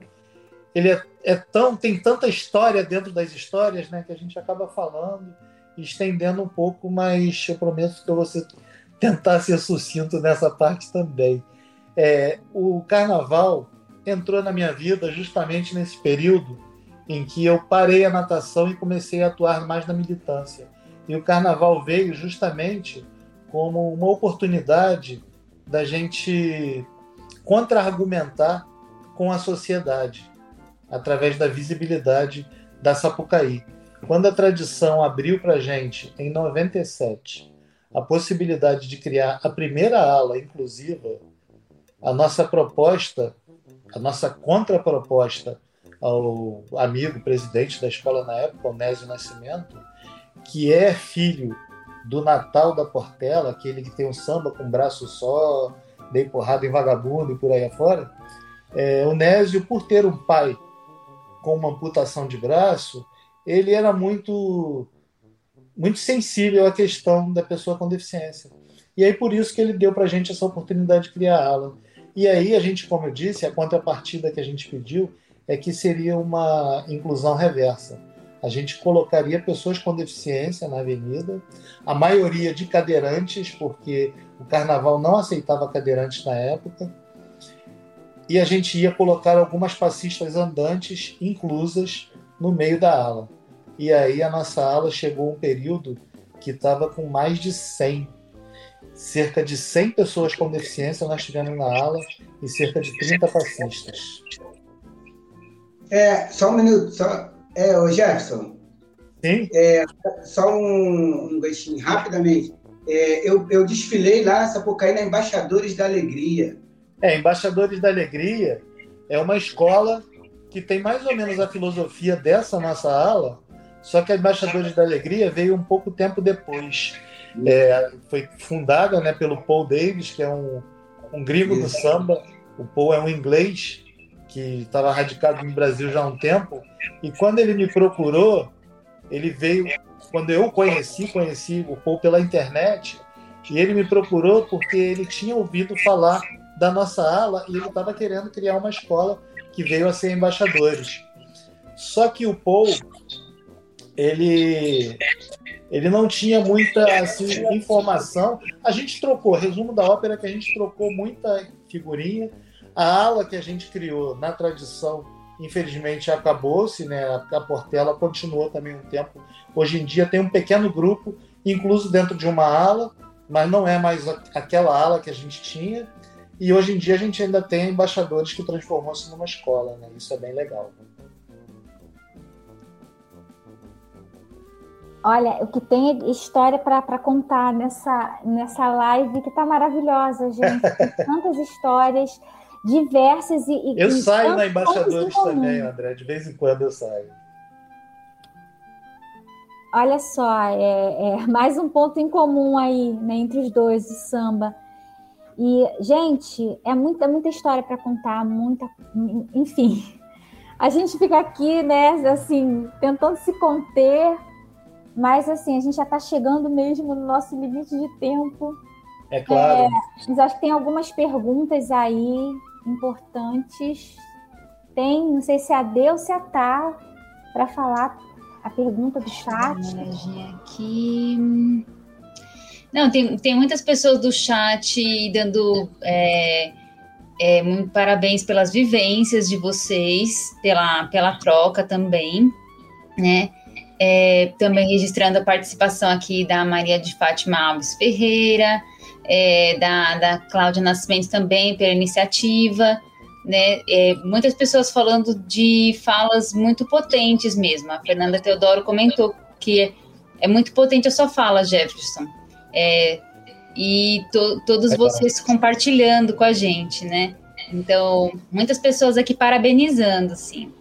tem tanta história dentro das histórias, né, que a gente acaba falando e estendendo um pouco, mas eu prometo que eu vou tentar ser sucinto nessa parte também. O carnaval entrou na minha vida justamente nesse período em que eu parei a natação e comecei a atuar mais na militância. E o carnaval veio justamente como uma oportunidade da gente contra-argumentar com a sociedade, através da visibilidade da Sapucaí. Quando a tradição abriu para a gente, em 97, a possibilidade de criar a primeira ala inclusiva, a nossa proposta, a nossa contraproposta ao amigo presidente da escola na época, Onésio Nascimento, que é filho do Natal da Portela, aquele que tem um samba com braço só, dei porrada em vagabundo e por aí afora. Onésio, por ter um pai com uma amputação de braço, ele era muito sensível à questão da pessoa com deficiência. E aí por isso que ele deu para a gente essa oportunidade de criar a ala. E aí a gente, como eu disse, a contrapartida que a gente pediu é que seria uma inclusão reversa. A gente colocaria pessoas com deficiência na avenida, a maioria de cadeirantes, porque o carnaval não aceitava cadeirantes na época, e a gente ia colocar algumas passistas andantes inclusas no meio da ala. E aí a nossa ala chegou um período que estava com mais de 100. Cerca de 100 pessoas com deficiência nós tivemos na ala e cerca de 30 passistas. Só um minuto, ô Jefferson. Sim? Só um ganchinho, rapidamente. Eu desfilei lá, Sapucaí, na Embaixadores da Alegria. Embaixadores da Alegria é uma escola que tem mais ou menos a filosofia dessa nossa ala, só que a Embaixadores da Alegria veio um pouco tempo depois. Foi fundada, né, pelo Paul Davis, que é um gringo do samba. O Paul é um inglês que estava radicado no Brasil já há um tempo, e quando ele me procurou, ele veio, quando eu conheci o Paul pela internet, e ele me procurou porque ele tinha ouvido falar da nossa ala e ele estava querendo criar uma escola que veio a ser Embaixadores. Só que o Paul, ele não tinha muita informação. A gente trocou, resumo da ópera, que a gente trocou muita figurinha. A ala que a gente criou na tradição, infelizmente, acabou-se, né? A Portela continuou também um tempo. Hoje em dia tem um pequeno grupo, incluso dentro de uma ala, mas não é mais aquela ala que a gente tinha. E hoje em dia a gente ainda tem Embaixadores que transformou-se numa escola, né? Isso é bem legal. Olha, o que tem história para contar nessa live que tá maravilhosa, gente. Tem tantas histórias diversas eu saio na Embaixadores também, André. De vez em quando eu saio. Olha só, mais um ponto em comum aí, né, entre os dois, o samba. E, gente, é muita história para contar, enfim. A gente fica aqui, né, assim, tentando se conter, mas, assim, a gente já está chegando mesmo no nosso limite de tempo. É claro. Mas acho que tem algumas perguntas aí importantes. Não sei se é a D ou se é a Tá, para falar a pergunta do chat. Aqui. Não, tem muitas pessoas do chat dando muito parabéns pelas vivências de vocês, pela troca também, né? Também registrando a participação aqui da Maria de Fátima Alves Ferreira, da Cláudia Nascimento também, pela iniciativa, né? Muitas pessoas falando de falas muito potentes mesmo. A Fernanda Teodoro comentou que é muito potente a sua fala, Jefferson. E todos vocês compartilhando com a gente, né? Então, muitas pessoas aqui parabenizando, sim.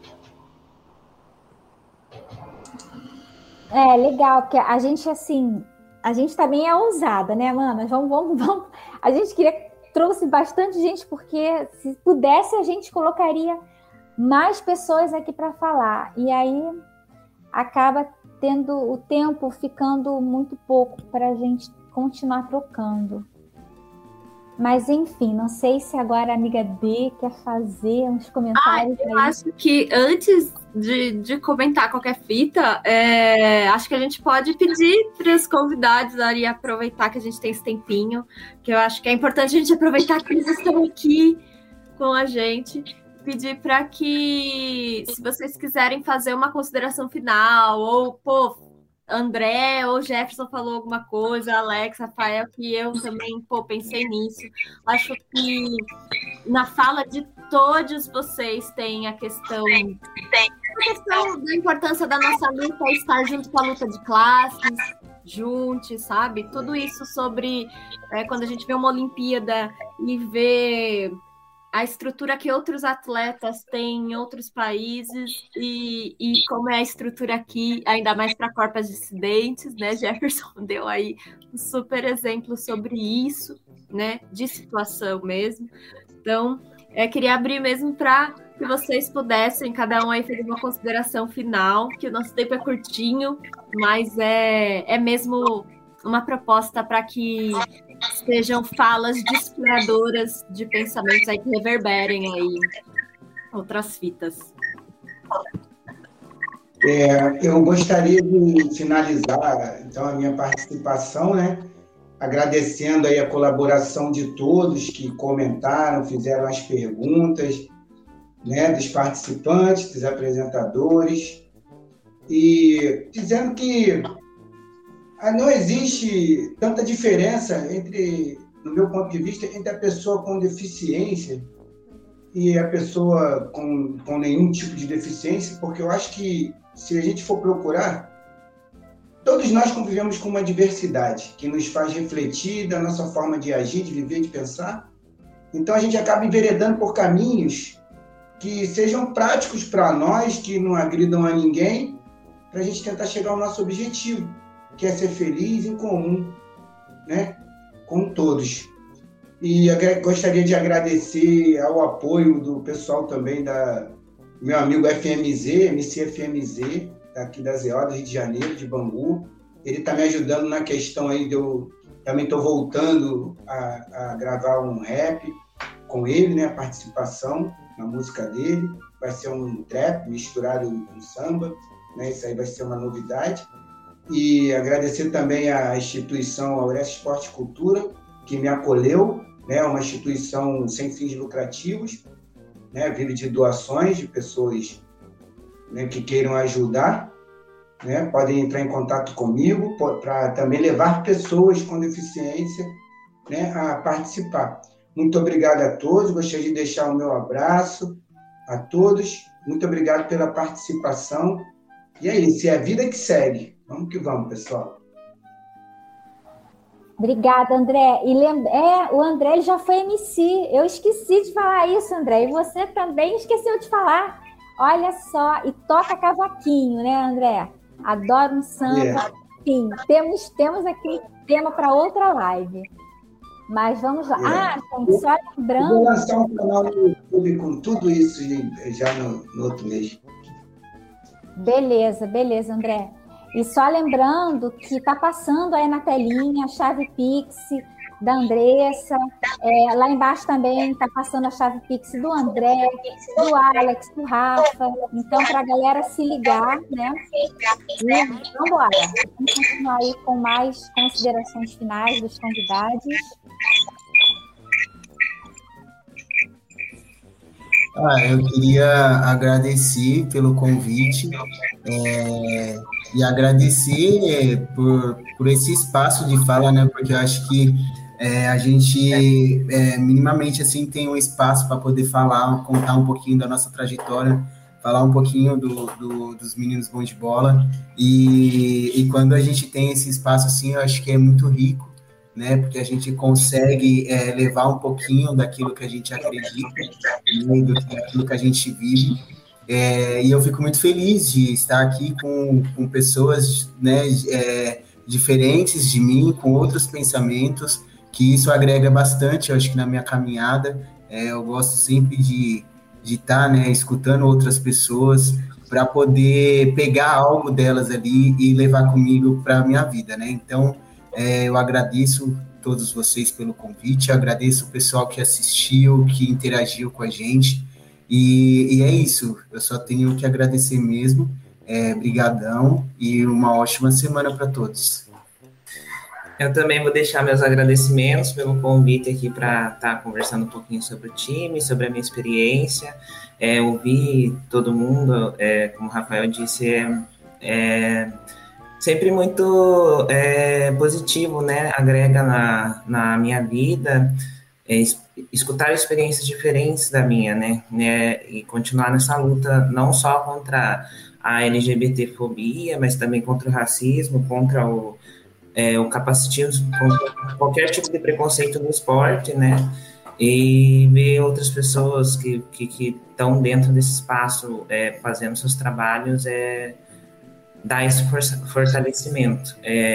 Legal, porque a gente, assim, a gente também é ousada, né, Mana? Vamos. A gente trouxe bastante gente, porque se pudesse, a gente colocaria mais pessoas aqui para falar. E aí acaba tendo o tempo ficando muito pouco para a gente continuar trocando. Mas, enfim, não sei se agora a amiga D quer fazer uns comentários. Eu acho que antes de comentar qualquer fita, acho que a gente pode pedir para os convidados ali aproveitar que a gente tem esse tempinho, que eu acho que é importante a gente aproveitar que eles estão aqui com a gente, pedir para que, se vocês quiserem fazer uma consideração final, ou, André ou Jefferson falou alguma coisa, Alex, Rafael, que eu também, pensei nisso. Acho que na fala de todos vocês tem a questão da importância da nossa luta, estar junto com a luta de classes, juntos, sabe? Tudo isso sobre quando a gente vê uma Olimpíada e vê a estrutura que outros atletas têm em outros países e como é a estrutura aqui, ainda mais para corpos dissidentes, né? Jefferson deu aí um super exemplo sobre isso, né? De situação mesmo. Então, queria abrir mesmo para que vocês pudessem, cada um aí fazer uma consideração final, que o nosso tempo é curtinho, mas é mesmo uma proposta para que sejam falas inspiradoras de pensamentos aí que reverberem aí outras fitas. Eu gostaria de finalizar, então, a minha participação, né? Agradecendo aí a colaboração de todos que comentaram, fizeram as perguntas, né? Dos participantes, dos apresentadores, e dizendo que não existe tanta diferença no meu ponto de vista, entre a pessoa com deficiência e a pessoa com nenhum tipo de deficiência, porque eu acho que, se a gente for procurar, todos nós convivemos com uma diversidade que nos faz refletir da nossa forma de agir, de viver, de pensar. Então, a gente acaba enveredando por caminhos que sejam práticos para nós, que não agridam a ninguém, para a gente tentar chegar ao nosso objetivo, que é ser feliz em comum, né? Com todos. E gostaria de agradecer ao apoio do pessoal também do meu amigo FMZ, MC FMZ, daqui da ZO, do Rio de Janeiro, de Bangu. Ele está me ajudando na questão aí também estou voltando a gravar um rap com ele, né? A participação na música dele. Vai ser um trap misturado com samba, né? Isso aí vai ser uma novidade. E agradecer também à instituição Aurélio Esporte e Cultura, que me acolheu, né? Uma instituição sem fins lucrativos, né? Vive de doações de pessoas, né, que queiram ajudar, né? Podem entrar em contato comigo para também levar pessoas com deficiência, né, a participar. Muito obrigado a todos, gostaria de deixar o meu abraço a todos, muito obrigado pela participação, e é isso, é a vida que segue. Vamos que vamos, pessoal. Obrigada, André. E o André ele já foi MC. Eu esqueci de falar isso, André. E você também esqueceu de falar. Olha só, e toca cavaquinho, né, André? Adoro um samba. Sim, temos aqui um tema para outra live. Mas vamos lá. Gente, só lembrando... Eu vou lançar um canal no YouTube com tudo isso já no outro mês. Beleza, André. E só lembrando que está passando aí na telinha a chave Pix da Andressa. Lá embaixo também está passando a chave Pix do André, do Alex, do Rafa. Então, para a galera se ligar, né? E vamos embora. Vamos continuar aí com mais considerações finais dos convidados. Eu queria agradecer pelo convite e agradecer por esse espaço de fala, né? Porque eu acho que a gente minimamente assim tem um espaço para poder falar, contar um pouquinho da nossa trajetória, falar um pouquinho dos meninos bons de bola, e quando a gente tem esse espaço assim, eu acho que é muito rico, né? Porque a gente consegue levar um pouquinho daquilo que a gente acredita, né? Daquilo que a gente vive. E eu fico muito feliz de estar aqui com pessoas, né, diferentes de mim, com outros pensamentos, que isso agrega bastante, eu acho que na minha caminhada. Eu gosto sempre de estar, né, escutando outras pessoas para poder pegar algo delas ali e levar comigo para a minha vida, né? Então, eu agradeço todos vocês pelo convite, agradeço o pessoal que assistiu, que interagiu com a gente, e é isso, eu só tenho que agradecer mesmo, brigadão, e uma ótima semana para todos. Eu também vou deixar meus agradecimentos pelo convite aqui para estar conversando um pouquinho sobre o time, sobre a minha experiência, ouvir todo mundo, como o Rafael disse, sempre muito positivo, né? Agrega na minha vida, escutar experiências diferentes da minha, né? E continuar nessa luta, não só contra a LGBTfobia, mas também contra o racismo, contra o capacitismo, contra qualquer tipo de preconceito no esporte, né? E ver outras pessoas que estão dentro desse espaço fazendo seus trabalhos, dar esse fortalecimento.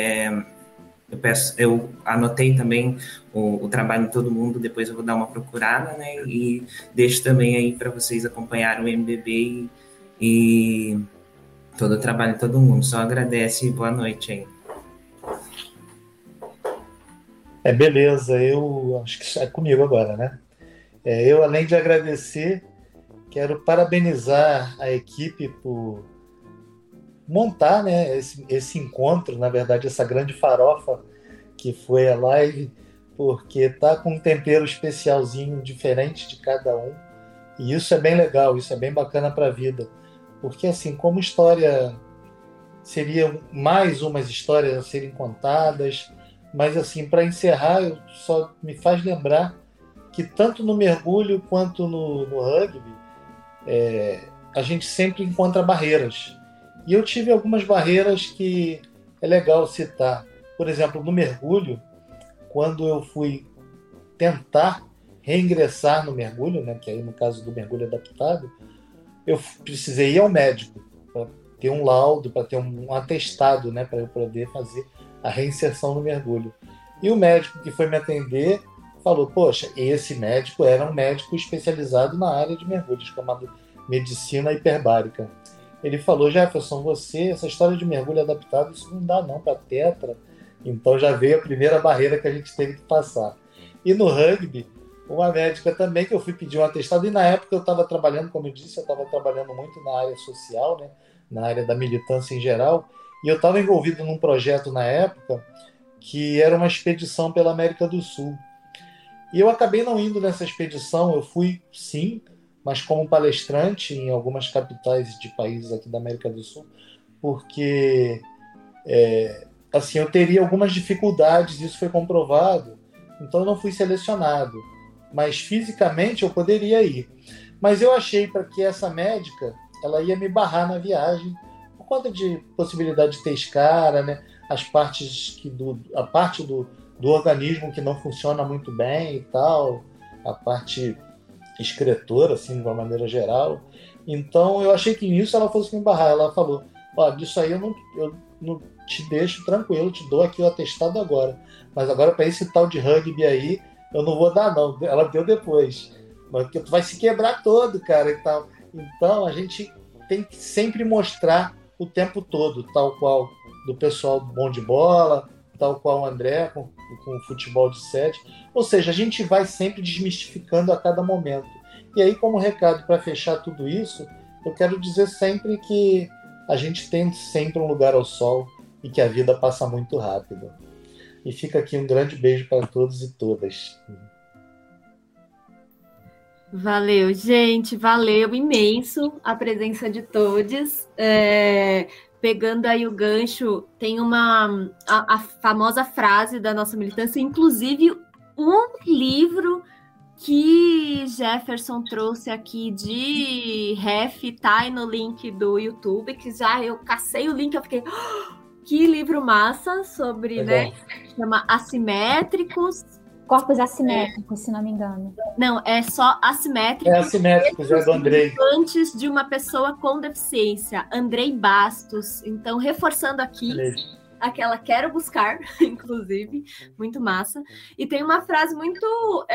Eu anotei também o trabalho de todo mundo, depois eu vou dar uma procurada, né? E deixo também aí para vocês acompanharem o MBB e todo o trabalho de todo mundo. Só agradece e boa noite aí. Beleza, eu acho que é comigo agora, né? Eu, além de agradecer, quero parabenizar a equipe por montar, né, esse encontro, na verdade, essa grande farofa que foi a live, porque tá com um tempero especialzinho diferente de cada um, e isso é bem legal, isso é bem bacana para a vida, porque assim, como história, seriam mais umas histórias a serem contadas, mas assim, para encerrar, só me faz lembrar que tanto no mergulho quanto no rugby, a gente sempre encontra barreiras. E eu tive algumas barreiras que é legal citar. Por exemplo, no mergulho, quando eu fui tentar reingressar no mergulho, né, que aí no caso do mergulho adaptado, eu precisei ir ao médico para ter um laudo, para ter um atestado, né, para eu poder fazer a reinserção no mergulho. E o médico que foi me atender falou, poxa, esse médico era um médico especializado na área de mergulho, chamado medicina hiperbárica. Ele falou, Jefferson, essa história de mergulho adaptado, isso não dá não para tetra. Então já veio a primeira barreira que a gente teve que passar. E no rugby, uma médica também, que eu fui pedir um atestado, e na época eu estava trabalhando, como eu disse, eu estava trabalhando muito na área social, né, na área da militância em geral, e eu estava envolvido num projeto na época que era uma expedição pela América do Sul. E eu acabei não indo nessa expedição, eu fui sim, mas como palestrante em algumas capitais de países aqui da América do Sul, porque assim, eu teria algumas dificuldades, isso foi comprovado, então eu não fui selecionado, mas fisicamente eu poderia ir. Mas eu achei para que essa médica, ela ia me barrar na viagem, por conta de possibilidade de ter escara, né? A parte do organismo que não funciona muito bem e tal, a parte excretora, assim, de uma maneira geral. Então eu achei que nisso ela fosse me barrar. Ela falou, disso aí eu não te deixo tranquilo, te dou aqui o atestado agora, mas agora para esse tal de rugby aí eu não vou dar não. Ela deu depois, mas porque tu vai se quebrar todo, cara, e tal. Então a gente tem que sempre mostrar o tempo todo, tal qual do pessoal bom de bola, tal qual o André com o futebol de 7, ou seja, a gente vai sempre desmistificando a cada momento. E aí, como recado para fechar tudo isso, eu quero dizer sempre que a gente tem sempre um lugar ao sol e que a vida passa muito rápido. E fica aqui um grande beijo para todos e todas. Valeu, gente, valeu imenso a presença de todos. Pegando aí o gancho, tem a famosa frase da nossa militância, inclusive um livro que Jefferson trouxe aqui de ref, tá aí no link do YouTube, que já eu cacei o link, eu fiquei, que livro massa, sobre, né, chama Assimétricos. Corpos assimétricos, se não me engano. Não, é só assimétricos. Assimétricos, é do Andrei. Antes de uma pessoa com deficiência, Andrei Bastos. Então, reforçando aqui, aquela quero buscar, inclusive, muito massa. E tem uma frase muito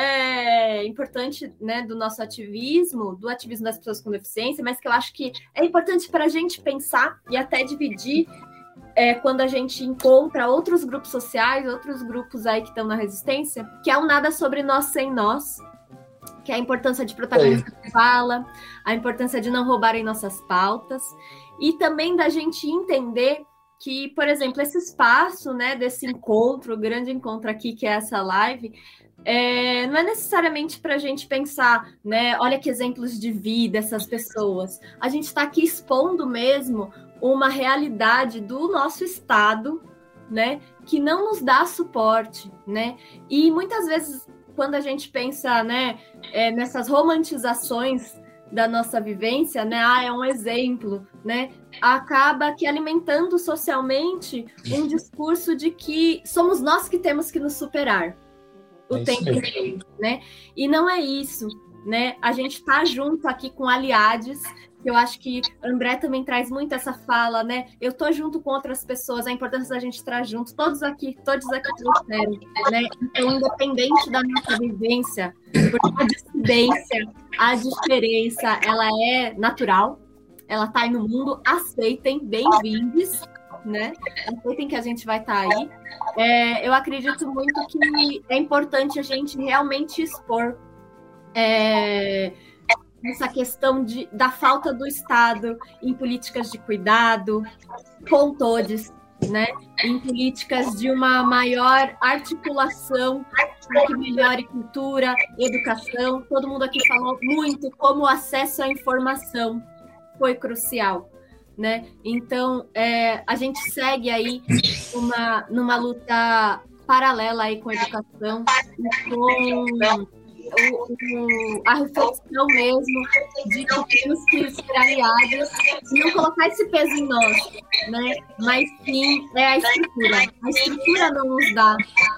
importante, né, do nosso ativismo, do ativismo das pessoas com deficiência, mas que eu acho que é importante para a gente pensar e até dividir quando a gente encontra outros grupos sociais, outros grupos aí que estão na resistência, que é o Nada Sobre Nós Sem Nós, que é a importância de protagonismo de fala, a importância de não roubarem nossas pautas, e também da gente entender que, por exemplo, esse espaço, né, desse encontro, o grande encontro aqui, que é essa live, não é necessariamente para a gente pensar, né, olha que exemplos de vida essas pessoas. A gente está aqui expondo mesmo uma realidade do nosso Estado, né, que não nos dá suporte, né, e muitas vezes quando a gente pensa, né, nessas romantizações da nossa vivência, né, é um exemplo, né, acaba que alimentando socialmente um discurso de que somos nós que temos que nos superar o tempo inteiro, né, e não é isso, né, a gente está junto aqui com aliados. Eu acho que André também traz muito essa fala, né? Eu tô junto com outras pessoas, a importância da gente estar junto, todos aqui trouxeram, né? Então, independente da nossa vivência, porque a dissidência, a diferença, ela é natural, ela tá aí no mundo, aceitem, bem-vindos, né? Aceitem que a gente vai estar aí. Eu acredito muito que é importante a gente realmente expor essa questão da falta do Estado em políticas de cuidado com todos, né? Em políticas de uma maior articulação para que melhore cultura, educação. Todo mundo aqui falou muito como o acesso à informação foi crucial, né? Então, a gente segue aí numa luta paralela aí com a educação e com a reflexão mesmo de que temos que ser aliados e não colocar esse peso em nós, né? Mas sim a estrutura. A estrutura não nos dá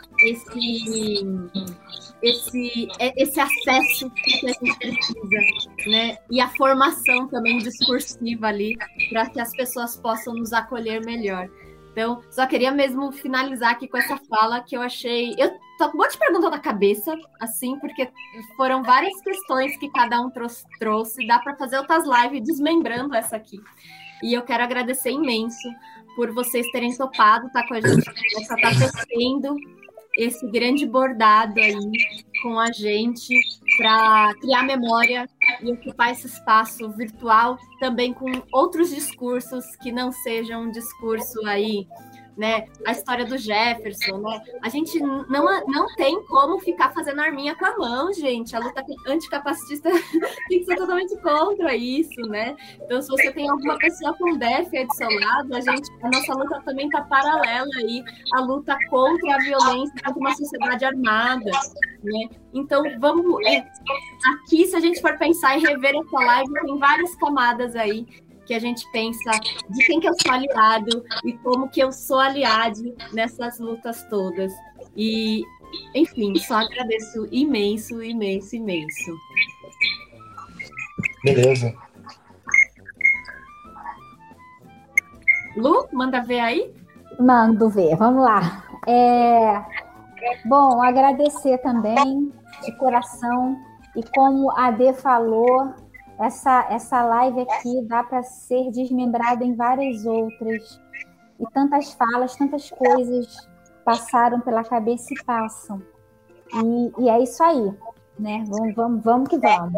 esse acesso que a gente precisa, né? E a formação também discursiva ali para que as pessoas possam nos acolher melhor. Então, só queria mesmo finalizar aqui com essa fala que eu achei... Eu tô com um monte de pergunta na cabeça, assim, porque foram várias questões que cada um trouxe. Dá para fazer outras lives desmembrando essa aqui. E eu quero agradecer imenso por vocês terem topado estar com a gente, estar tecendo esse grande bordado aí com a gente para criar memória e ocupar esse espaço virtual também com outros discursos que não sejam um discurso aí, né? A história do Jefferson, né? A gente não tem como ficar fazendo arminha com a mão, gente. A luta anticapacitista tem que ser totalmente contra isso, né? Então, se você tem alguma pessoa com DEF aí do seu lado, a nossa luta também está paralela aí à luta contra a violência, contra uma sociedade armada, né? Então, vamos... aqui, se a gente for pensar e rever essa live, tem várias camadas aí que a gente pensa de quem que eu sou aliado e como que eu sou aliado nessas lutas todas. E, enfim, só agradeço imenso, imenso, imenso. Beleza. Lu, manda ver aí? Mando ver, vamos lá. Bom, agradecer também de coração, e como a Dê falou, essa live aqui dá para ser desmembrada em várias outras, e tantas falas, tantas coisas passaram pela cabeça e passam, e é isso aí, né? Vamos que vamos.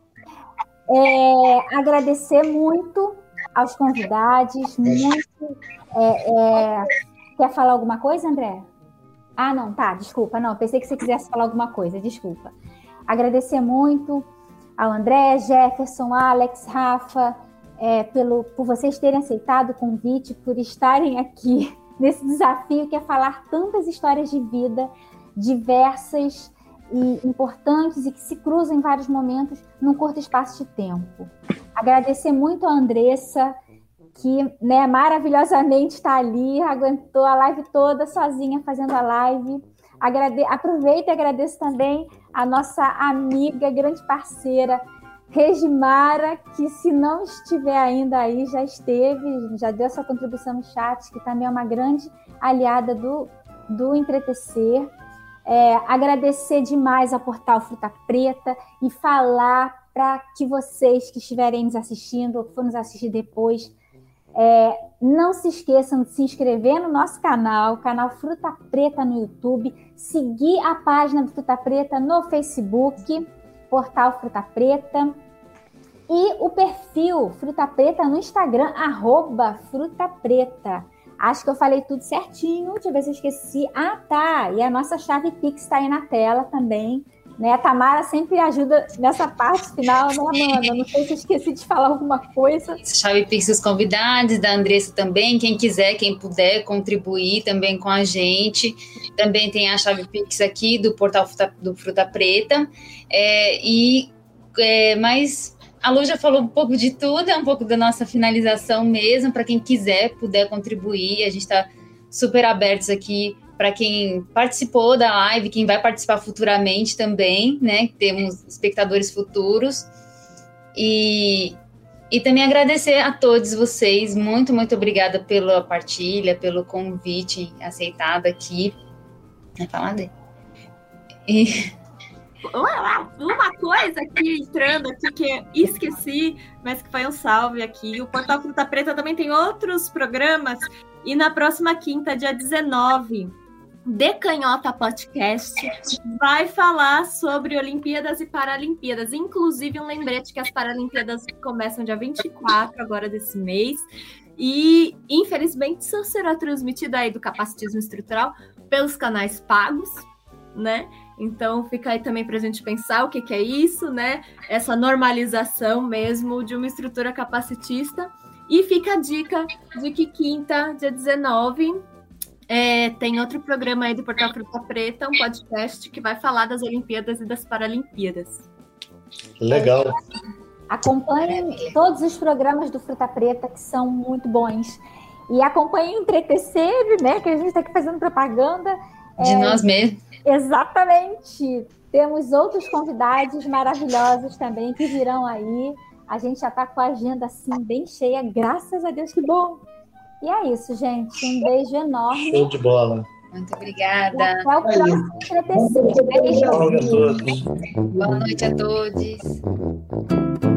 Agradecer muito aos convidados, muito. Quer falar alguma coisa, André? Ah, não, tá, desculpa, não, pensei que você quisesse falar alguma coisa, desculpa. Agradecer muito ao André, Jefferson, Alex, Rafa, por vocês terem aceitado o convite, por estarem aqui nesse desafio que é falar tantas histórias de vida diversas e importantes e que se cruzam em vários momentos num curto espaço de tempo. Agradecer muito a Andressa, que, né, maravilhosamente está ali, aguentou a live toda sozinha fazendo a live. Aproveito e agradeço também a nossa amiga, grande parceira, Regimara, que se não estiver ainda aí, já esteve, já deu sua contribuição no chat, que também é uma grande aliada do Entretecer. Agradecer demais ao Portal Fruta Preta e falar para que vocês que estiverem nos assistindo ou que for nos assistir depois, não se esqueçam de se inscrever no nosso canal, o canal Fruta Preta no YouTube, seguir a página do Fruta Preta no Facebook, Portal Fruta Preta, e o perfil Fruta Preta no Instagram, @FrutaPreta. Acho que eu falei tudo certinho, deixa eu ver se eu esqueci. Ah, tá, e a nossa chave Pix está aí na tela também, né? A Tamara sempre ajuda nessa parte final, né, Amanda? Não sei se eu esqueci de falar alguma coisa. Chave Pix dos convidados, da Andressa também, quem quiser, quem puder contribuir também com a gente. Também tem a chave Pix aqui do portal do Fruta Preta. Mas a Lu já falou um pouco de tudo, é um pouco da nossa finalização mesmo, para quem quiser, puder contribuir. A gente está super abertos aqui para quem participou da live, quem vai participar futuramente também, né? Temos espectadores futuros. E também agradecer a todos vocês. Muito, muito obrigada pela partilha, pelo convite aceitado aqui. Vai falar dele. Uma coisa aqui, entrando aqui, que eu esqueci, mas que foi um salve aqui. O Portal Fruta Preta também tem outros programas E na próxima quinta, dia 19, Decanhota Podcast vai falar sobre Olimpíadas e Paralimpíadas. Inclusive, um lembrete que as Paralimpíadas começam dia 24 agora desse mês. E, infelizmente, só será transmitida aí do Capacitismo Estrutural pelos canais pagos, né? Então, fica aí também para a gente pensar o que é isso, né? Essa normalização mesmo de uma estrutura capacitista. E fica a dica de que quinta, dia 19, tem outro programa aí do Portal Fruta Preta, um podcast que vai falar das Olimpíadas e das Paralimpíadas. Legal. Acompanhem todos os programas do Fruta Preta, que são muito bons. E acompanhem o Entretecido, né? Que a gente está aqui fazendo propaganda. De nós mesmos. Exatamente. Temos outros convidados maravilhosos também que virão aí. A gente já está com a agenda assim bem cheia, graças a Deus, que bom. E é isso, gente. Um beijo enorme. Show de bola. Muito obrigada. E até o próximo Entretecido. Beijo. Boa noite a todos. Boa noite a todos.